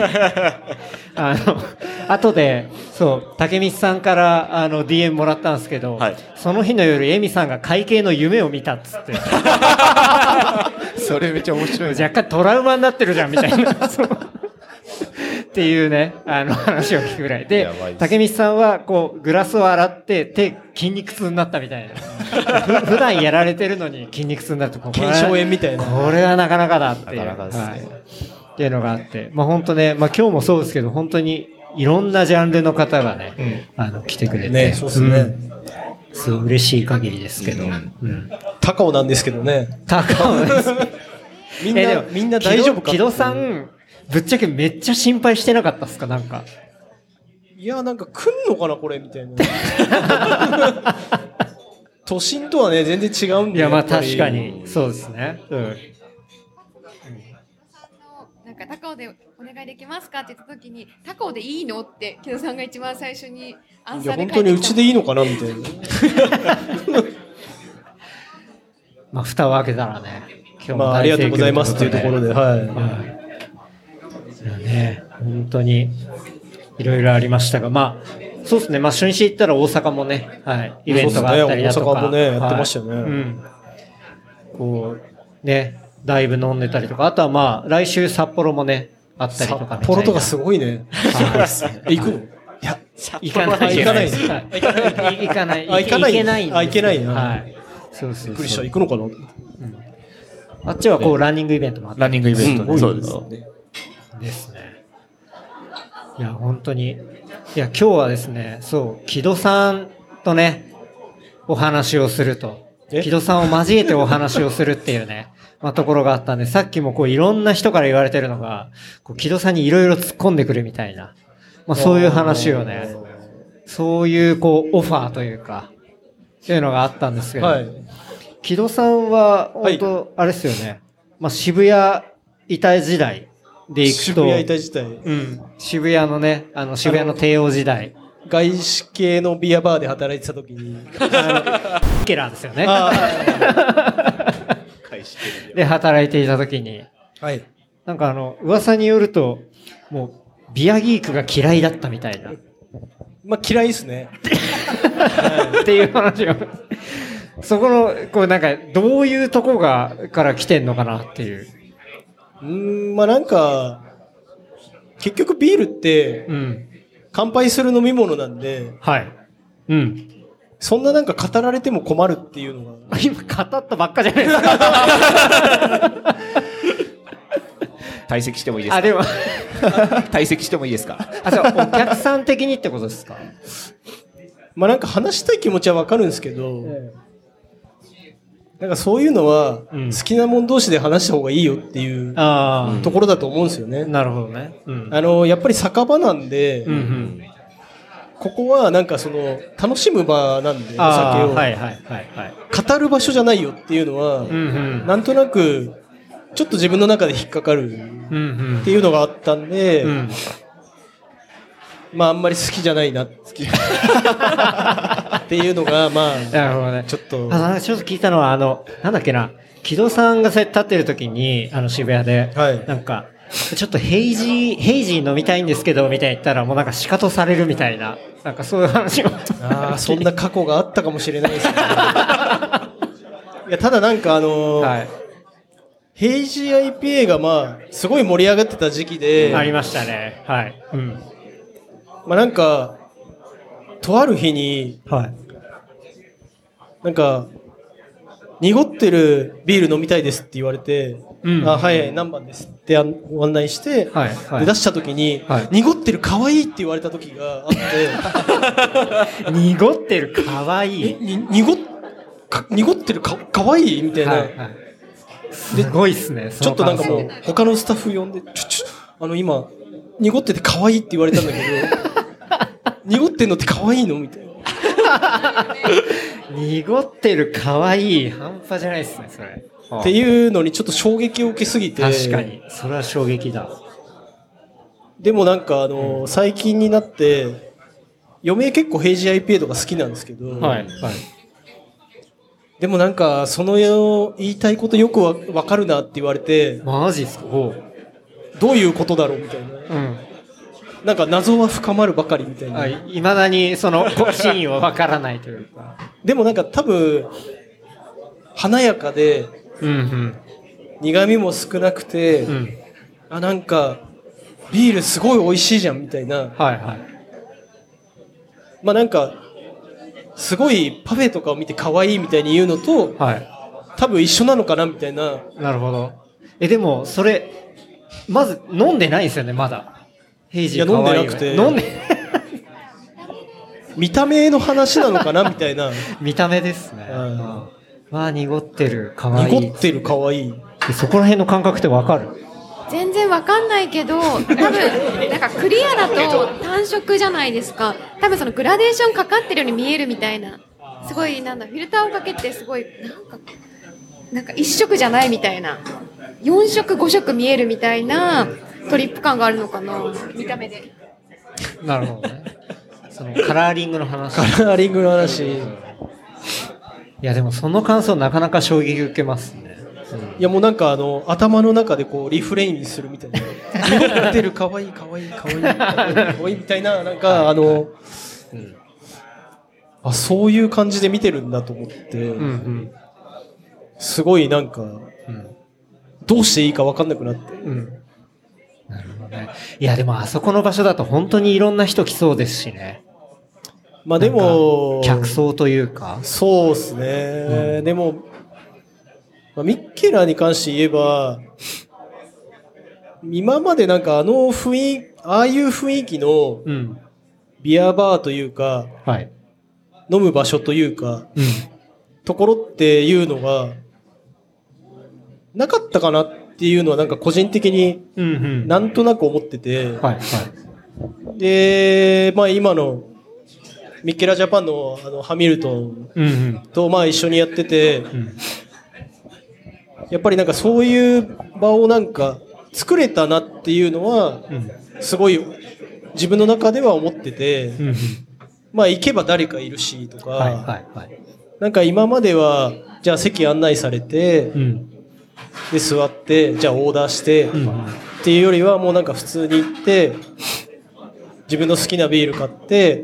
後で、そう、竹光さんからDM もらったんですけど、その日の夜、エミさんが会計の夢を見たっつって。 それめっちゃ面白い。 若干トラウマになってるじゃんみたいな。っていうね、話を聞くぐらいで、竹光さんは、こう、グラスを洗って、筋肉痛になったみたいな。普段やられてるのに筋肉痛になると、 腱鞘炎みたいな。 これはなかなかだっていう。っていうのがあって。まあ本当ね、まあ今日もそうですけど、本当にいろんなジャンルの方がね、来てくれて。 ね、そうですね。 すごい嬉しい限りですけど。 高尾なんですけどね。 高尾です。 みんな大丈夫か？ 木戸さん、ぶっちゃけめっちゃ心配してなかったっすか、なんか。 いや、なんか来んのかな、これ、みたいな。都心とはね、全然違うんで。 いや、まあ確かに。そうですね。 なんか高尾でお願いできますかって言った時に、高尾でいいのって木戸さんが一番最初にアンサーで書いてきた。いや、 本当にうちでいいのかな、みたいな。 まあ、蓋を開けたらね。 今日もありがとうございますっていうところで、はい。 ね、本当にいろいろありましたが、まあそうですね。まあ初日行ったら大阪もね、はい、イベントがあったりだとか。 大阪もね、やってましたよね。 はい、うん。こう、ね、だいぶ飲んでたりとか、あとはまあ、来週札幌もね、あったりとか。 札幌とかすごいね。行くの？いや、 行かない。 行かない。 行かない。 行けない。 行けないな。 はい。そう。 びっくりした。行くのかな？ あっちはこう、ランニングイベントもあって。 ランニングイベントね。 そうですね。 ですね。いや、本当に。いや、今日はですね、そう、木戸さんとね、お話をすると。木戸さんを交えてお話をするっていうね、まあ、ところがあったんで、さっきもこういろんな人から言われてるのが、こう木戸さんにいろいろ突っ込んでくるみたいな、まあ、そういう話をね、そういうこうオファーというか、っていうのがあったんですけど、はい、木戸さんは本当、あれですよね、まあ、渋谷いた時代で行くと、 渋谷いた時代、 うん、渋谷のね、渋谷の帝王時代、 外資系のビアバーで働いてた時にケラーですよね。で働いていた時に、はい、なんか噂によるともうビアギークが嫌いだったみたいな。 まあ嫌いですね。 っていう話をそこのこうなんかどういうとこから来てんのかなっていう。 まあなんか結局ビールって、乾杯する飲み物なんで、 はい。うん。 そんななんか語られても困るっていうのが。 今語ったばっかじゃないですか。 退席してもいいですか？ あ、でも。 退席してもいいですか？ あ、そう、お客さん的にってことですか？ まあなんか話したい気持ちはわかるんですけど、なんかそういうのは、好きなもん同士で話した方がいいよっていうところだと思うんですよね。 なるほどね。 やっぱり酒場なんで、ここはなんかその楽しむ場なんで、お酒を語る場所じゃないよっていうのは、なんとなくちょっと自分の中で引っかかるっていうのがあったんで、まああんまり好きじゃないなっていうのがまあなるほどね。 ちょっとちょっと聞いたのはなんだっけな、木戸さんが立ってる時に渋谷で、なんかちょっとヘイジー飲みたいんですけどみたいに言ったらもうなんかシカトされるみたいな、なんかそういう話をそんな過去があったかもしれないですけどいやただなんかヘイジー IPA がまあすごい盛り上がってた時期でありましたね。はい。 まあなんかとある日に、なんか濁ってるビール飲みたいですって言われて、はい何番ですって案内して、で出した時に、濁ってる可愛いって言われた時があって濁ってる可愛い濁ってる可愛いみたいな、 すごいっすね。 ちょっとなんかもう他のスタッフ呼んで今濁ってて可愛いって言われたんだけど濁ってんのって可愛いのみたいな濁ってる可愛い半端じゃないっすねそれっていうのにちょっと衝撃を受けすぎて。 確かにそれは衝撃だ。 でもなんか最近になって嫁結構ヘイジー IPA とか好きなんですけど、でもなんかその言いたいことよくわかるなって言われて、 マジっすか？ どういうことだろうみたいな、なんか謎は深まるばかりみたいな。 未だにその真意はわからないというか。 でもなんか多分華やかで、苦味も少なくて、なんかビールすごい美味しいじゃんみたいな。まあなんかすごいパフェとかを見て可愛いみたいに言うのと、多分一緒なのかなみたいな。 なるほど。でもそれまず飲んでないんですよねまだ。ヘイジー可愛い。 飲んでなくて。見た目の話なのかなみたいな。 見た目ですね。濁ってる可愛い。 濁ってる可愛い。 そこら辺の感覚ってわかる？ 全然わかんないけど、多分なんかクリアだと単色じゃないですか。多分そのグラデーションかかってるように見えるみたいな。すごいフィルターをかけてすごいなんか一色じゃないみたいな。4色5色見えるみたいなトリップ感があるのかな見た目で。 なるほどね。そのカラーリングの話。 いやでもその感想なかなか衝撃受けますね。 いやもうなんか頭の中でこうリフレインするみたいな。濁ってる可愛いみたいななんかあ、そういう感じで見てるんだと思って、すごいなんか、どうしていいか分かんなくなって。 なるほどね。いやでもあそこの場所だと本当にいろんな人来そうですしね。 まあでも、 客層というか。 そうですね。でも、まあ、ミッケラーに関して言えば、今までなんかああいう雰囲気のビアバーというか、飲む場所というか、ところっていうのがなかったかなっていうのはなんか個人的になんとなく思ってて、で、まあ今のミッケラージャパンのハミルトンとまあ一緒にやってて、やっぱりなんかそういう場をなんか作れたなっていうのはすごい自分の中では思ってて、まあ行けば誰かいるしとか、なんか今まではじゃあ席案内されて、で座ってじゃあオーダーしてっていうよりはもうなんか普通に行って自分の好きなビール買って、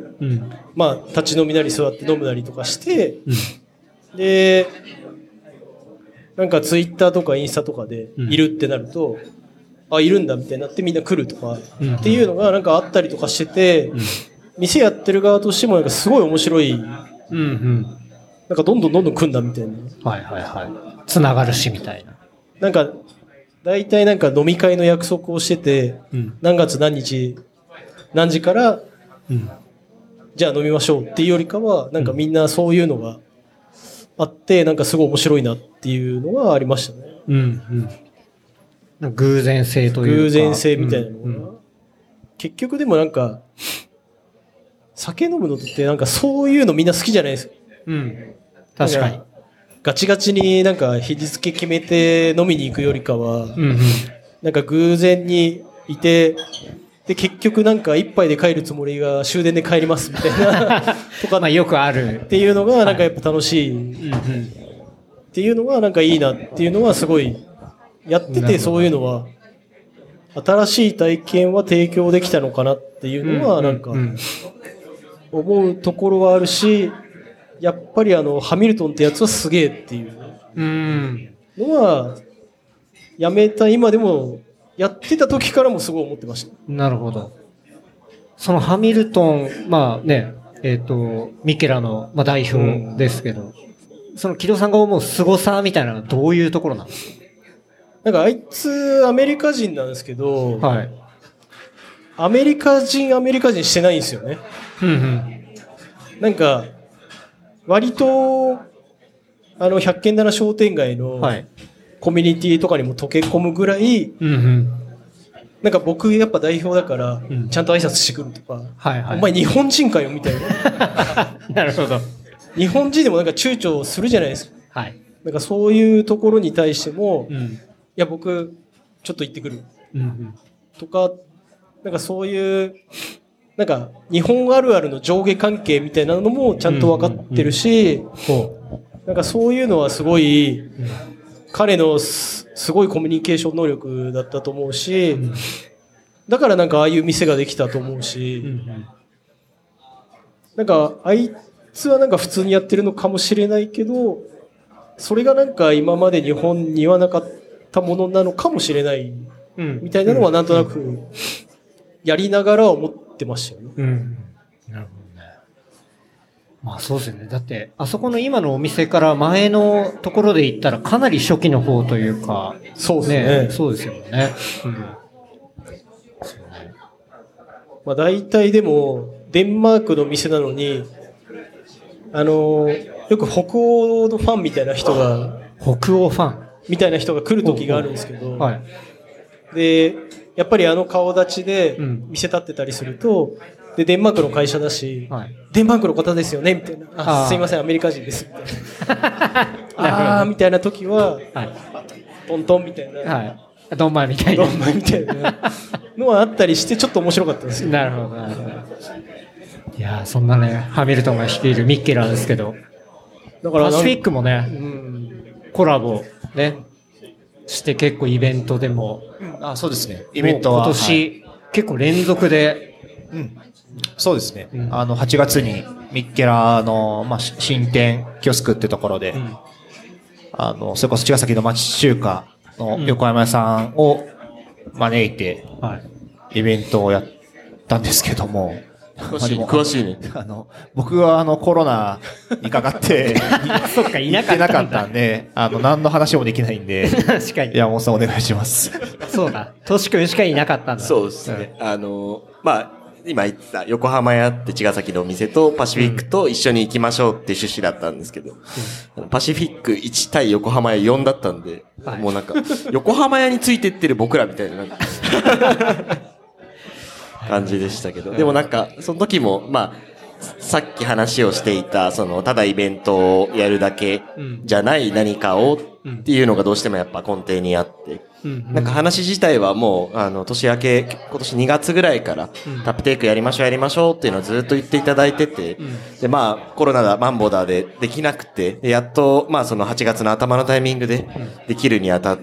まあ立ち飲みなり座って飲むなりとかして、でなんかツイッターとかインスタとかでいるってなると、あ、いるんだみたいになってみんな来るとかっていうのがなんかあったりとかしてて、店やってる側としてもなんかすごい面白い、なんかどんどん来んだみたいな、 つながるしみたいな、 なんか大体なんか飲み会の約束をしてて、何月何日何時から、じゃあ飲みましょうっていうよりかはなんかみんなそういうのがあってなんかすごい面白いなっていうのがありましたね。 偶然性というか。 偶然性みたいなのが、結局でもなんか酒飲むのってなんかそういうのみんな好きじゃないですか。 確かに。 ガチガチになんか日付決めて飲みに行くよりかは、なんか偶然にいて、で結局なんか一杯で帰るつもりが終電で帰りますみたいなとかまあよくあるっていうのがなんかやっぱ楽しいっていうのがなんかいいなっていうのはすごいやってて、そういうのは新しい体験は提供できたのかなっていうのはなんか思うところはあるし、やっぱりハミルトンってやつはすげえっていうのはやめた今でもやってた時からもすごい思ってました。 なるほど。そのハミルトン、まあね、ミケラの、まあ、代表ですけど、その木戸さんが思う凄さみたいなのはどういうところなんですか？ なんかあいつアメリカ人なんですけど、アメリカ人してないんですよね。なんか割と百軒棚商店街のコミュニティとかにも溶け込むぐらい、なんか僕やっぱ代表だからちゃんと挨拶してくるとか、お前日本人かよみたいな。 なるほど。 日本人でもなんか躊躇するじゃないですか。なんかそういうところに対しても、いや僕ちょっと行ってくるとか、なんかそういうなんか日本あるあるの上下関係みたいなのもちゃんと分かってるし、なんかそういうのはすごい彼のすごいコミュニケーション能力だったと思うし、だからなんかああいう店ができたと思うし、なんかあいつはなんか普通にやってるのかもしれないけど、それがなんか今まで日本にはなかったものなのかもしれないみたいなのはなんとなくやりながら思ってましたよね。 なるほどね。まあそうですよね。だってあそこの今のお店から前のところで行ったらかなり初期の方というか、 そうですね。 そうですよね。 まあ大体でもデンマークの店なのに、よく北欧のファンみたいな人が北欧ファンみたいな人が来る時があるんですけど、でやっぱり顔立ちで店立ってたりすると、でデンマークの会社だし、デンマークの方ですよねみたいな、すいませんアメリカ人ですみたいなあーみたいな時は、トントンみたいな、 ドンマイみたいなのはあったりしてちょっと面白かったですよ。 なるほどなるほど。いやそんなねハミルトンが率いるミッケラーですけど、だからパシフィックもね、コラボねして結構イベントでも、 そうですね。イベントは今年、結構連続でそうですね。8月にミッケラの、新店キオスクってところで、それこそ茅ヶ崎の町中華の横山屋さんを招いて、イベントをやったんですけども、 詳しいね。 僕はコロナにかかって、 そっか、いなかったんで、何の話もできないんで、 確かに。 山本さんお願いします。 そうだ。としくんしかいなかったんだ。 そうですね。今言った横浜屋って茅ヶ崎のお店とパシフィックと一緒に行きましょうって趣旨だったんですけど、パシフィック1対横浜屋4だったんで、もうなんか、横浜屋についてってる僕らみたいな、なんか感じでしたけど、でもなんか、その時も、さっき話をしていた、ただイベントをやるだけじゃない何かをっていうのがどうしてもやっぱ根底にあって、なんか話自体はもう、年明け、今年2月ぐらいから、タップテイクやりましょうっていうのをずっと言っていただいてて、で、コロナだ、マンボウだでできなくて、でやっと、その8月の頭のタイミングでできるにあたって、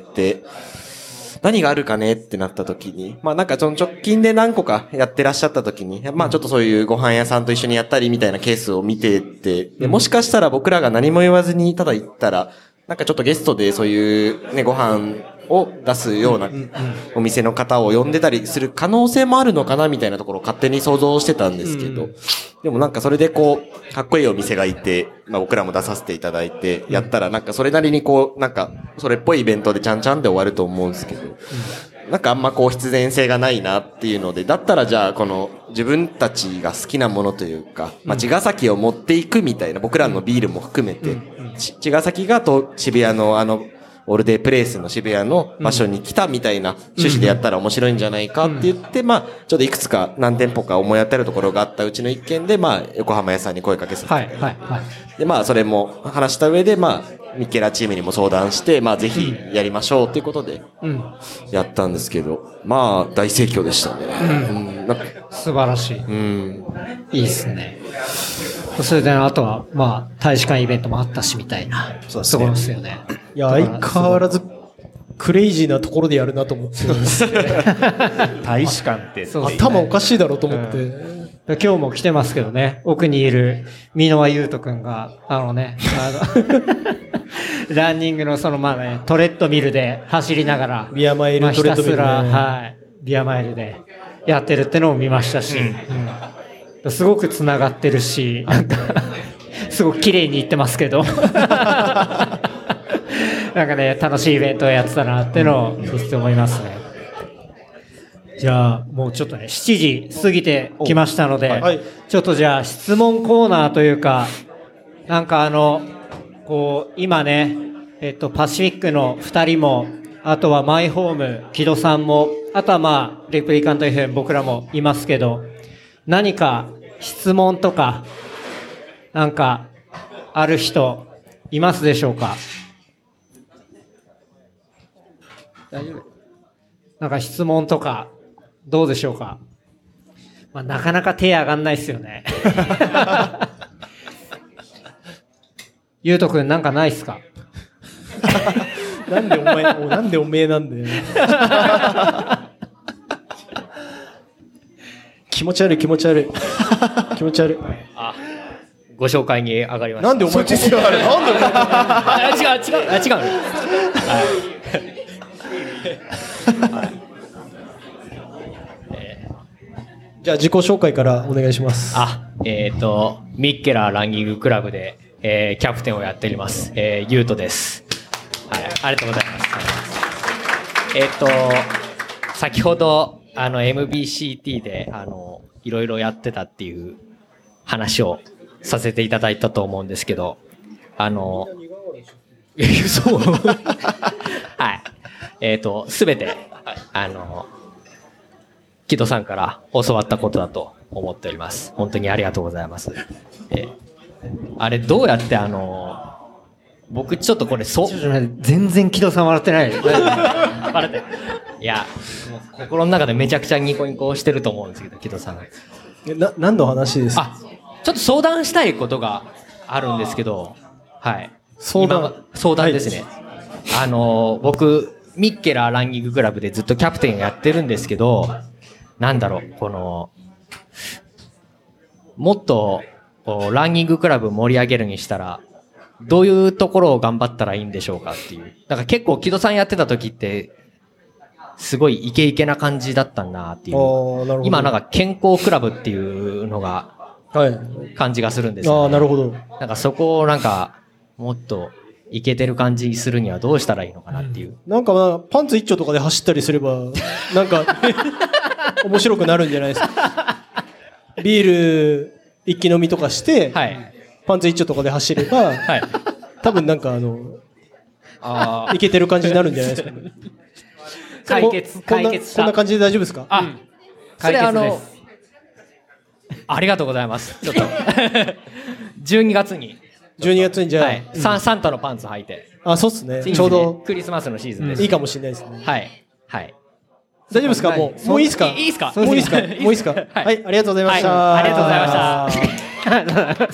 何があるかねってなった時に、なんかその直近で何個かやってらっしゃった時に、ちょっとそういうご飯屋さんと一緒にやったりみたいなケースを見てて、でもしかしたら僕らが何も言わずにただ行ったら、なんかちょっとゲストでそういうね、ご飯を出すようなお店の方を呼んでたりする可能性もあるのかなみたいなところを勝手に想像してたんですけど、でもなんかそれでこう、かっこいいお店がいて、僕らも出させていただいて、やったらなんかそれなりにこう、なんかそれっぽいイベントでちゃんちゃんで終わると思うんですけど、なんかあんまこう必然性がないなっていうので、だったらじゃあこの自分たちが好きなものというか、茅ヶ崎を持っていくみたいな、僕らのビールも含めて、茅ヶ崎がと渋谷のオールデイプレイスの渋谷の場所に来たみたいな趣旨でやったら面白いんじゃないかって言って、ちょっといくつか何店舗か思い当たるところがあったうちの一件で、横浜屋さんに声かけさせていただいて、で、それも話した上で、ミッケラチームにも相談して、ぜひやりましょうっていうことで、やったんですけど、大盛況でしたね。 素晴らしい。いいですね。それで、あとは、大使館イベントもあったし、みたいな。そうですよね。 いや、相変わらず、クレイジーなところでやるなと思ってるんです大使館って。 頭おかしいだろうと思って。 今日も来てますけどね、奥にいる箕輪優斗くんが、ランニングのトレッドミルで走りながら、 ビアマイルトレッドミル、 ビアマイルでやってるってのを見ましたし、すごく繋がってるし、すごく綺麗にいってますけど、なんかね、楽しいイベントをやってたなってのを見せて思いますね。じゃあ、もうちょっとね、7時過ぎてきましたので、ちょっとじゃあ質問コーナーというか、なんか今ね、パシフィックの2人も、あとはマイホーム、木戸さんも、あとはレプリカント FM 僕らもいますけど、何か質問とか、なんか、ある人、いますでしょうか？大丈夫？なんか質問とか、どうでしょうか？なかなか手上がんないっすよね。ゆうとくんなんかないっすか？ なんでおめえなんだよ。気持ち悪い。 あ、ご紹介に上がりました。 なんでお前ここにある？なんでお前違う。 じゃあ自己紹介からお願いします。 ミッケラーランニングクラブで、キャプテンをやっております、ゆうとです。はい、ありがとうございます。先ほどMBCT でいろいろやってたっていう話をさせていただいたと思うんですけど、そう。はい。すべて、木戸さんから教わったことだと思っております。本当にありがとうございます。あれ、どうやって僕ちょっとこれ、 全然木戸さん笑ってない。 笑って。いや、もう心の中でめちゃくちゃニコニコしてると思うんですけど、木戸さん。 何の話ですか？ ちょっと相談したいことがあるんですけど、はい。相談ですね。はい、僕、ミッケラーランニングクラブでずっとキャプテンやってるんですけど、なんだろう、 もっとランニングクラブ盛り上げるにしたら、どういうところを頑張ったらいいんでしょうかっていう。だから結構木戸さんやってた時って、すごいイケイケな感じだったんだっていう。今なんか健康クラブっていうのが、感じがするんですよ、ね。 なるほど。 なんかそこをなんか、もっとイケてる感じにするにはどうしたらいいのかなっていう。 なんかまあ、パンツ一丁とかで走ったりすれば、なんか、面白くなるんじゃないですか。ビール一気飲みとかして、はい、パンツ一丁とかで走れば、はい、多分なんかイケてる感じになるんじゃないですかね。 解決した。 こんな感じで大丈夫ですか？ 解決です。 ありがとうございます。ちょっと12月にじゃあ、はい、 サンタのパンツ履いて。 そうっすね。ちょうどクリスマスのシーズンです。 いいかもしれないですね。 はい。はい。 大丈夫ですか？もういいですか？ いいですか？ もういいですか？もういいですか？はい、ありがとうございました。 ありがとうございました。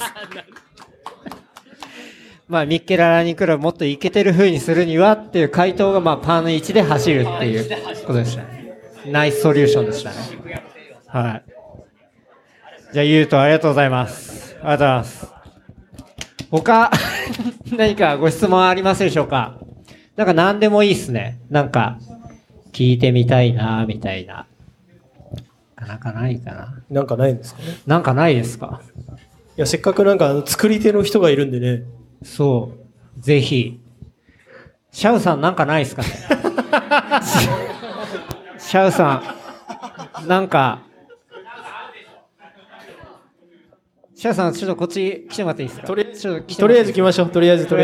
まあ、ミッケララニクラブもっとイケてる風にするにはっていう回答が、まあ、パーの1で走るっていうことでしたね。ナイスソリューションでしたね。はい。じゃあ、ゆうとありがとうございます。ありがとうございます。他、何かご質問ありますでしょうか？なんか何でもいいっすね。なんか、聞いてみたいなみたいな。なんかないかな。 なんかないんですかね。 なんかないですか？ いや、せっかくなんか作り手の人がいるんでね。 そう。ぜひ。シャウさんなんかないですかね？シャウさん、なんか、シャウさんちょっとこっち来てもらっていいですか？ とりあえず来ましょう。とりあえず。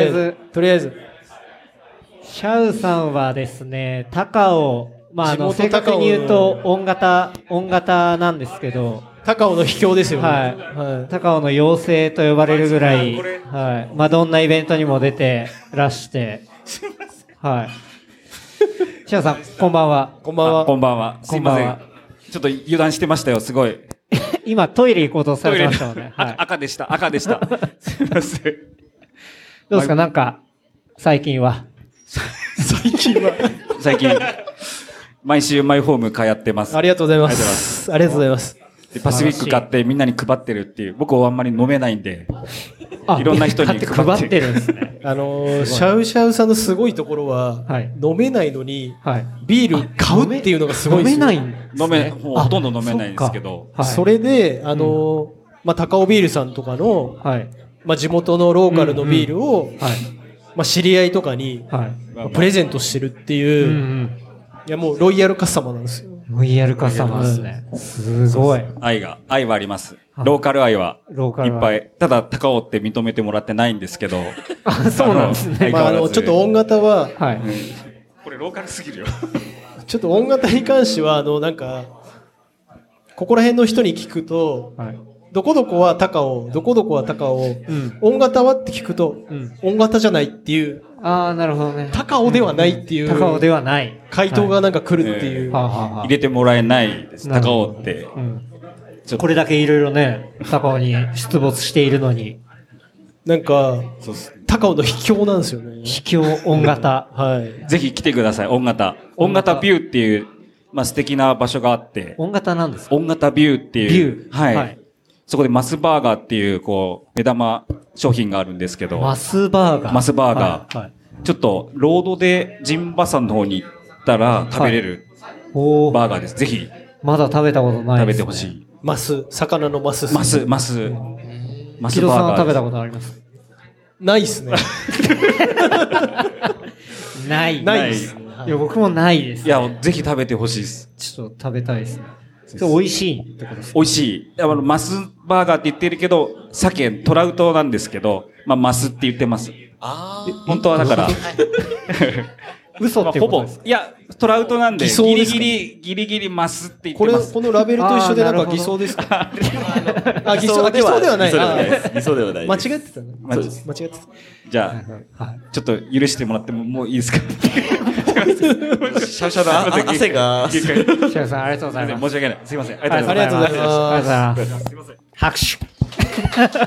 シャウさんはですね、高尾、まあ正確に言うと音型なんですけど、 高尾の秘境ですよね。 はい。高尾の妖精と呼ばれるぐらい、はい。まあどんなイベントにも出てらして、はい。シャウさん、こんばんは。 こんばんは。 こんばんは。すいません。ちょっと油断してましたよ、すごい。 今トイレ行こうとされてましたもんね。はい、 赤でした。すいません。どうですか、なんか、最近は。 最近、毎週マイホーム通ってます。 ありがとうございます。ありがとうございます。 パシフィック買ってみんなに配ってるっていう、僕はあんまり飲めないんで、いろんな人に配ってるんですね。 シャウシャウさんのすごいところは、飲めないのに、ビール買うっていうのがすごいですよ。 飲めないんですね。 ほとんど飲めないんですけど。 それで、まあ、高尾ビールさんとかの、まあ、地元のローカルのビールを、まあ、知り合いとかに、プレゼントしてるっていう、いや、もうロイヤルカスタマーなんですよ。 ロイヤルカスタマーですね。すごい。 愛はあります。ローカル愛はいっぱい。ただ、高尾って認めてもらってないんですけど。 そうなんですね。 まあ、ちょっと音型は、 これローカルすぎるよ。 ちょっと音型に関しては、なんか、ここら辺の人に聞くと、どこどこは高尾、どこどこは高尾、音型はって聞くと、音型じゃないっていう。 なるほどね。 高尾ではないっていう。 高尾ではない。 回答がなんか来るっていう。 入れてもらえないです、高尾って。 これだけいろいろね、高尾に出没しているのに。 なんか、高尾の秘境なんですよね。 秘境音型。 ぜひ来てください、音型。音型ビューっていう、まあ素敵な場所があって。 音型なんですか？ 音型ビューっていう。 ビュー。 はい。そこでマスバーガーっていう、目玉商品があるんですけど。 マスバーガー。ちょっと、ロードでジンバさんの方に行ったら食べれるバーガーです。ぜひ。 まだ食べたことないです、 食べてほしい。 魚のマス。 マスバーガー。 木戸さんは食べたことあります？ ないっすね。 ないです。 いや、僕もないです。 いや、ぜひ食べてほしいです。 ちょっと食べたいですね。美味しいってことですか？ 美味しい。マスバーガーって言ってるけど、トラウトなんですけど、まあ、マスって言ってます。本当はだから。 嘘ってことですか？ いや、トラウトなんで、ギリギリマスって言ってます。 このラベルと一緒でなんか偽装ですか？偽装ではない。 偽装ではない。 間違ってたね。間違ってた。 じゃあ、ちょっと許してもらってもいいですか？シャウシャウだ。 汗が。 シャウさん、ありがとうございます。 申し訳ない。すいません。 ありがとうございます。 ありがとうございます。すいません。拍手。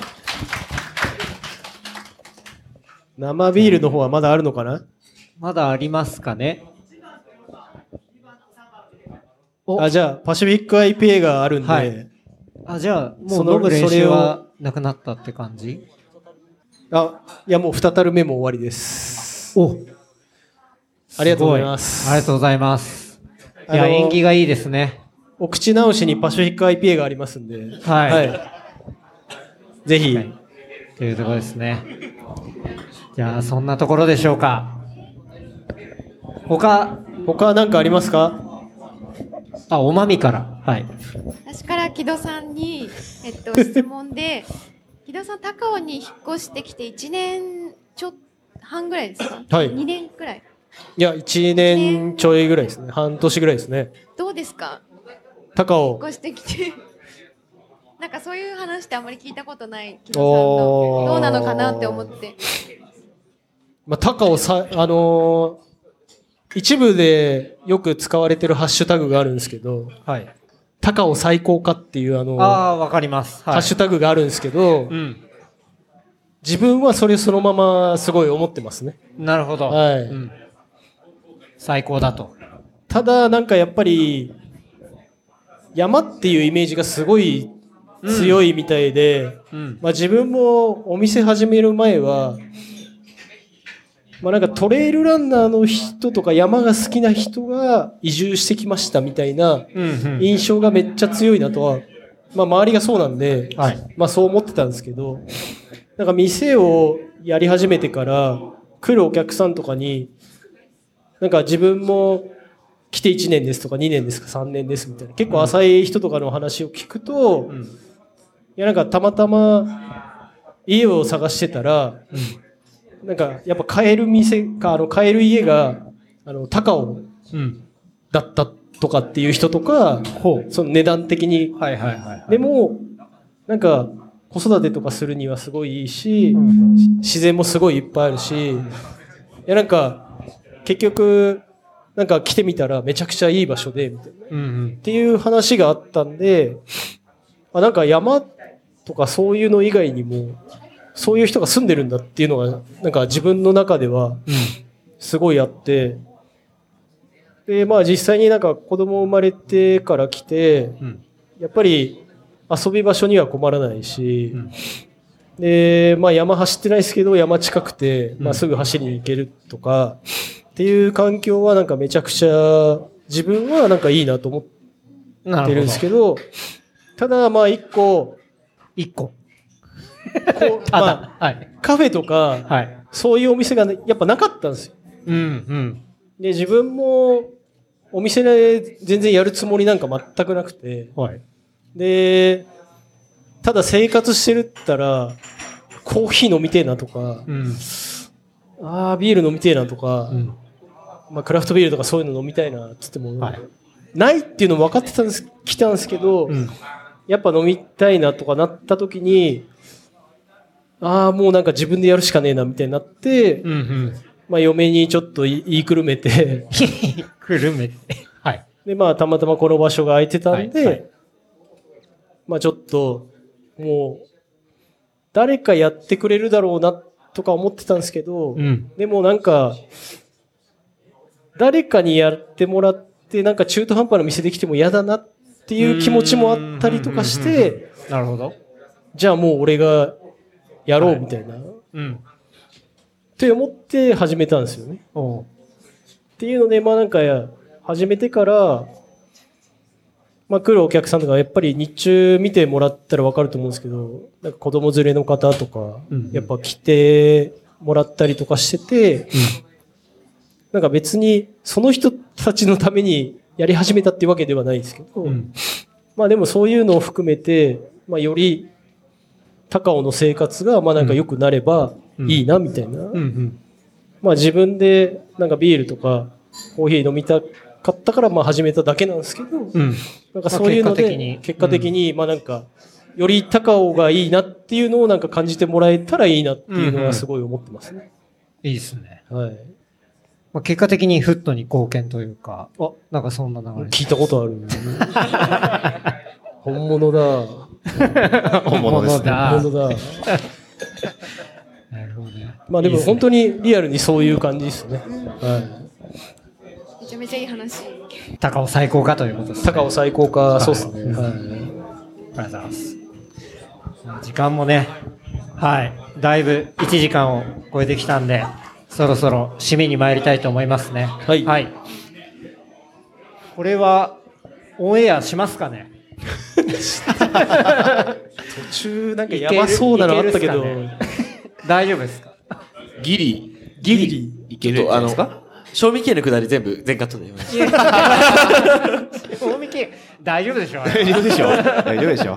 生ビールの方はまだあるのかな？ まだありますかね。 じゃあ、パシフィック IPA があるんで、 あ、じゃあ、もう飲む練習はなくなったって感じ？ いやもう2樽目も終わりです。ありがとうございます。 ありがとうございます。いや、縁起がいいですね。 お口直しにパシフィック IPA がありますんで、 はい。 ぜひ、 というところですね。じゃあ、そんなところでしょうか。他何かありますか？ おまみから。はい。 私から木戸さんに、質問で、木戸さん、高尾に引っ越してきて1年半ぐらいですか？ はい。 2年くらい。 いや、1年ちょいぐらいですね。半年ぐらいですね。 どうですか？ 高尾。 引っ越してきて。なんかそういう話ってあんまり聞いたことない木戸さんの。どうなのかなって思って。 高尾一部でよく使われてるハッシュタグがあるんですけど、 はい。 高尾最高かっていうわかります。 ハッシュタグがあるんですけど、自分はそれそのまますごい思ってますね。 なるほど。 はい。 最高だと。 ただなんかやっぱり山っていうイメージがすごい強いみたいで、自分もお店始める前は、なんかトレイルランナーの人とか山が好きな人が移住してきましたみたいな印象がめっちゃ強いなとは、周りがそうなんで、そう思ってたんですけど、なんか店をやり始めてから来るお客さんとかに、なんか自分も来て1年ですとか2年ですか3年ですみたいな、結構浅い人とかの話を聞くと、いやなんかたまたま家を探してたら、なんかやっぱ買える買える家が高尾だったとかっていう人とか、その値段的に、でもなんか子育てとかするにはすごいいいし、自然もすごいいっぱいあるし、いやなんか結局なんか来てみたらめちゃくちゃいい場所でみたいな、っていう話があったんで、なんか山とかそういうの以外にもそういう人が住んでるんだっていうのがなんか自分の中ではすごいあって、で実際になんか子供生まれてから来て、やっぱり遊び場所には困らないし、で山走ってないですけど山近くてすぐ走りに行けるとかっていう環境はなんかめちゃくちゃ自分はなんかいいなと思ってるんですけど、ただ一個カフェとか、そういうお店がやっぱなかったんですよ。で自分もお店で全然やるつもりなんか全くなくて、でただ生活してるって言ったらコーヒー飲みてえなとか、ビール飲みてえなとか、クラフトビールとかそういうの飲みたいなって言っても、ないっていうの分かってきたんですけど、やっぱ飲みたいなとかなった時に、もうなんか自分でやるしかねえなみたいになって、嫁にちょっと言いくるめてでたまたまこの場所が空いてたんで、ちょっともう誰かやってくれるだろうなとか思ってたんですけど、でもなんか誰かにやってもらってなんか中途半端な店できても嫌だなっていう気持ちもあったりとかして、 なるほど。 じゃあもう俺がやろうみたいな、って思って始めたんですよね。っていうのでなんか始めてから来るお客さんとかやっぱり日中見てもらったら分かると思うんですけど、なんか子供連れの方とかやっぱ来てもらったりとかしてて、なんか別にその人たちのためにやり始めたっていうわけではないですけど、でもそういうのを含めて、より高尾の生活がなんか良くなればいいなみたいな、自分でなんかビールとかコーヒー飲みたかったから始めただけなんですけど、なんかそういうので結果的になんかより高尾がいいなっていうのをなんか感じてもらえたらいいなっていうのはすごい思ってますね。 いいですね。 はい。 結果的にフットに貢献というか、なんかそんな流れ。 聞いたことある。本物だ。 本物ですね。 本物だ。 なるほどね。 でも本当にリアルにそういう感じですね。 めちゃめちゃいい話。 高尾最高かということですね。 高尾最高か、そうですね。 りがとうございます。時間もね、はい、だいぶ1時間を超えてきたんで、そろそろ締めに参りたいと思いますね。 はい。 はい。これは、オンエアしますかね途中なんかやばそうなのあったけど、 大丈夫ですか？ ギリいけるんですか？賞味期限のくだり全部全カットで言いました。 賞味期限大丈夫でしょ？ 大丈夫でしょ？大丈夫でしょ？はい。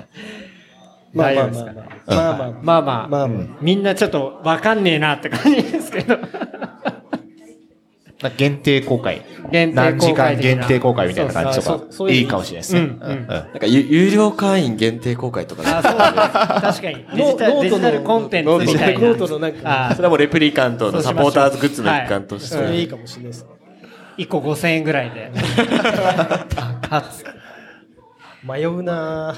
大丈夫ですかね。まあ、みんなちょっとわかんねえなって感じですけど。 限定公開。何時間限定公開みたいな感じとか、いいかもしれないですね。 なんか有料会員限定公開とかね。 確かに。デジタルコンテンツみたいな。 ノートのなんか。 それはもうレプリカントのサポーターズグッズの一環として。 それいいかもしれないです。 1個5000円ぐらいで。 迷うな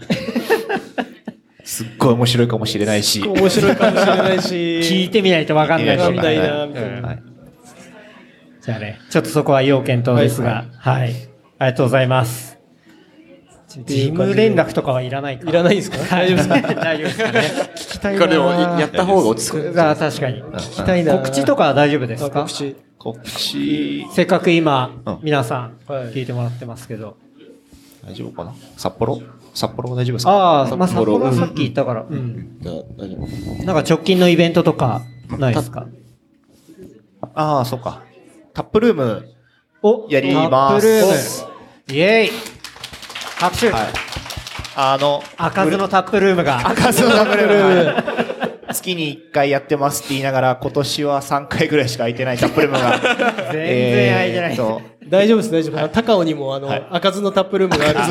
すっごい面白いかもしれないし。 面白いかもしれないし。 聞いてみないとわかんないし。 わかんないなみたいな。 じゃあね、ちょっとそこは要検討ですが、はい。ありがとうございます。事務連絡とかはいらないか？ いらないですか？大丈夫ですか？ 大丈夫ですかね。 聞きたいな。 これでもやった方が落ち着く。 確かに。 聞きたいな。 告知とかは大丈夫ですか？ 告知。 せっかく今、皆さん聞いてもらってますけど。 大丈夫かな？札幌も大丈夫ですか？ ああ、札幌はさっき言ったから。なんか直近のイベントとかないですか？ ああ、そうか。タップルームをやります。 タップルーム。イェイ。拍手。はい。 開かずのタップルームが。 開かずのタップルーム。月に1回やってますって言いながら、今年は3回ぐらいしか空いてないタップルームが。 全然空いてない。 大丈夫です、大丈夫。高尾にも開かずのタップルームがある。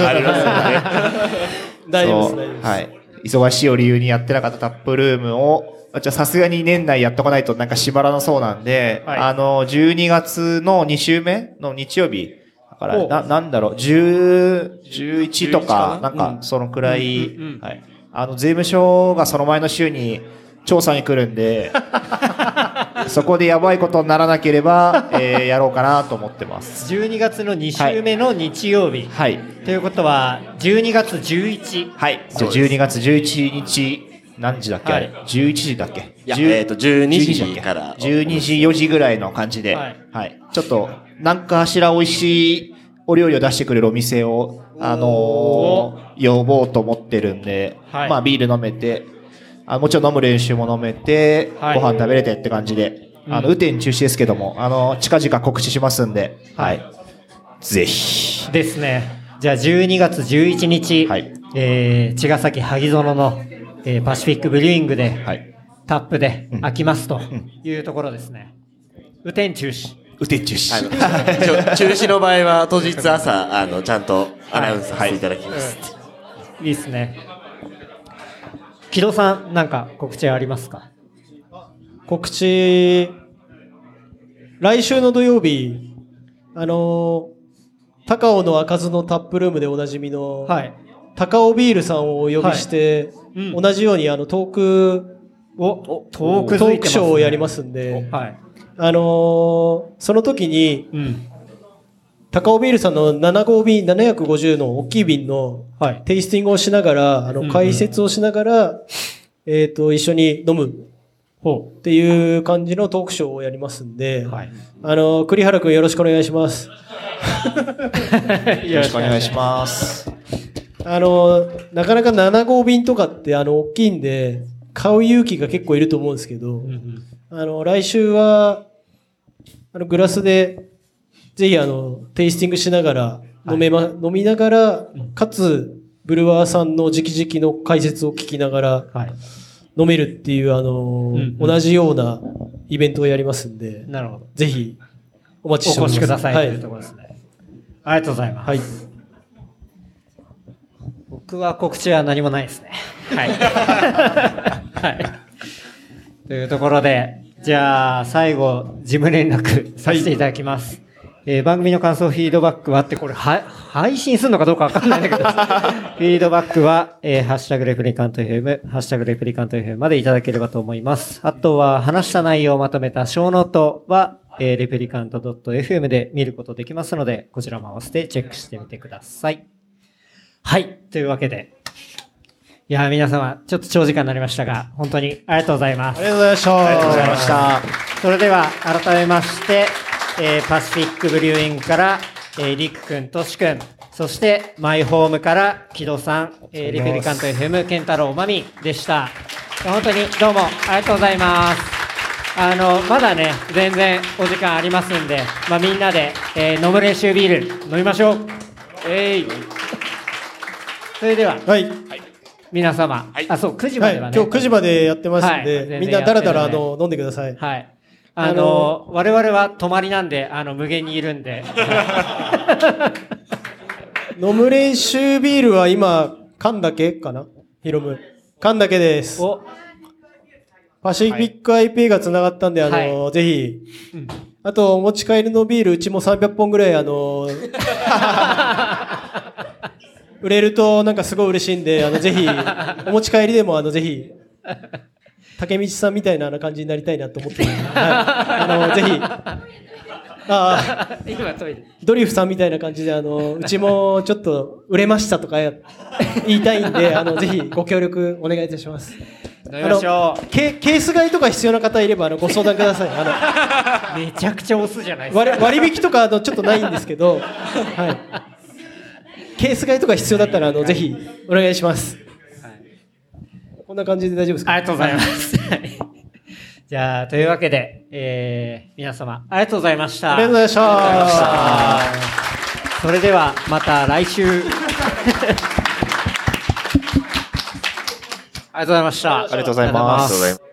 大丈夫です、大丈夫です。 はい。忙しいを理由にやってなかったタップルームを、じゃあさすがに年内やっとかないとなんか縛らなそうなんで、12月の2週目の日曜日、だから、なんだろう、11とか、なんか、そのくらい、はい。税務署がその前の週に調査に来るんで、そこでやばいことにならなければ、やろうかなと思ってます。 12月の2週目の日曜日。 はい。 ということは、12月11。 はい。じゃあ12月11日、何時だっけあれ ?11 時だっけいや、12時から。 12時、4時ぐらいの感じで、はい。ちょっと、何かしら美味しいお料理を出してくれるお店を、呼ぼうと思ってるんで、まあ、ビール飲めて、もちろん飲む練習も飲めて、ご飯食べれてって感じで、雨天中止ですけども、近々告知しますんで、はい。ぜひ。 ですね。じゃあ、12月11日、はい。茅ヶ崎萩園の、パシフィックブリューイングで、はい、タップで開きますというところですね。雨天中止。 雨天中止。 中止の場合は当日朝、ちゃんとアナウンスしていただきます。 いいですね。木戸さん、なんか告知ありますか？ 告知、来週の土曜日、高尾の開かずのタップルームでおなじみの、はい、高尾ビールさんをお呼びして、はい同じようにトークショーをやりますんで、はい、その時に、高尾ビールさんの7号便、750の大きい瓶のテイスティングをしながら、解説をしながら、一緒に飲むっていう感じのトークショーをやりますんで、はい、栗原くんよろしくお願いします。 よろしくお願いします。 なかなか7号便とかって大きいんで、買う勇気が結構いると思うんですけど、来週は、グラスで、ぜひテイスティングしながら、飲みながら、かつ、ブルワーさんの直々の解説を聞きながら、飲めるっていう、同じようなイベントをやりますんで、 なるほど。 ぜひ、お待ちしております。 お越しください。はい。というところですね。ありがとうございます。はい。僕は告知は何もないですね。はい。はい。というところで、じゃあ、最後、事務連絡させていただきます。番組の感想、フィードバックはって、これ、配信するのかどうかわかんないんだけど、フィードバックは、ハッシュタグレプリカント FM、ハッシュタグレプリカント FM までいただければと思います。あとは、話した内容をまとめた小ノートは、レプリカント .fm で見ることできますので、こちらも合わせてチェックしてみてください。 はい。というわけで。いや、皆様、ちょっと長時間になりましたが、本当にありがとうございます。 ありがとうございました。 ありがとうございました。 それでは、改めまして、パシフィックブリューイングから、リク君、トシ君、そして、マイホームから、木戸さん、レプリカント FM、ケンタロウ、マミでした。本当にどうもありがとうございます。まだね、全然お時間ありますんで、みんなで、飲む練習ビール飲みましょう。それでは、 はい。 皆様、そう、9時まではね。 今日9時までやってますんで、みんなだらだら飲んでください。 はい。我々は泊まりなんで、無限にいるんで。 飲む練習ビールは今、缶だけかなヒロム。缶だけです。パシフィック IP が繋がったんで、ぜひ、あと、お持ち帰りのビール、うちも300本ぐらい、売れるとなんかすごい嬉しいんで、ぜひ、お持ち帰りでもぜひ、竹道さんみたいな感じになりたいなと思ってます。はい。ぜひ、 今トイレ。 ドリフさんみたいな感じで、うちもちょっと売れましたとか言いたいんで、ぜひご協力お願いいたします。 飲みましょう。 ケース買いとか必要な方いれば、ご相談ください。めちゃくちゃ押すじゃないですか。 割引とか、ちょっとないんですけど、はい。ケース買いとか必要だったら、ぜひ、お願いします。はい。こんな感じで大丈夫ですか？ ありがとうございます。じゃあ、というわけで、皆様、ありがとうございました。 ありがとうございました。 それでは、また来週。ありがとうございました。 ありがとうございます。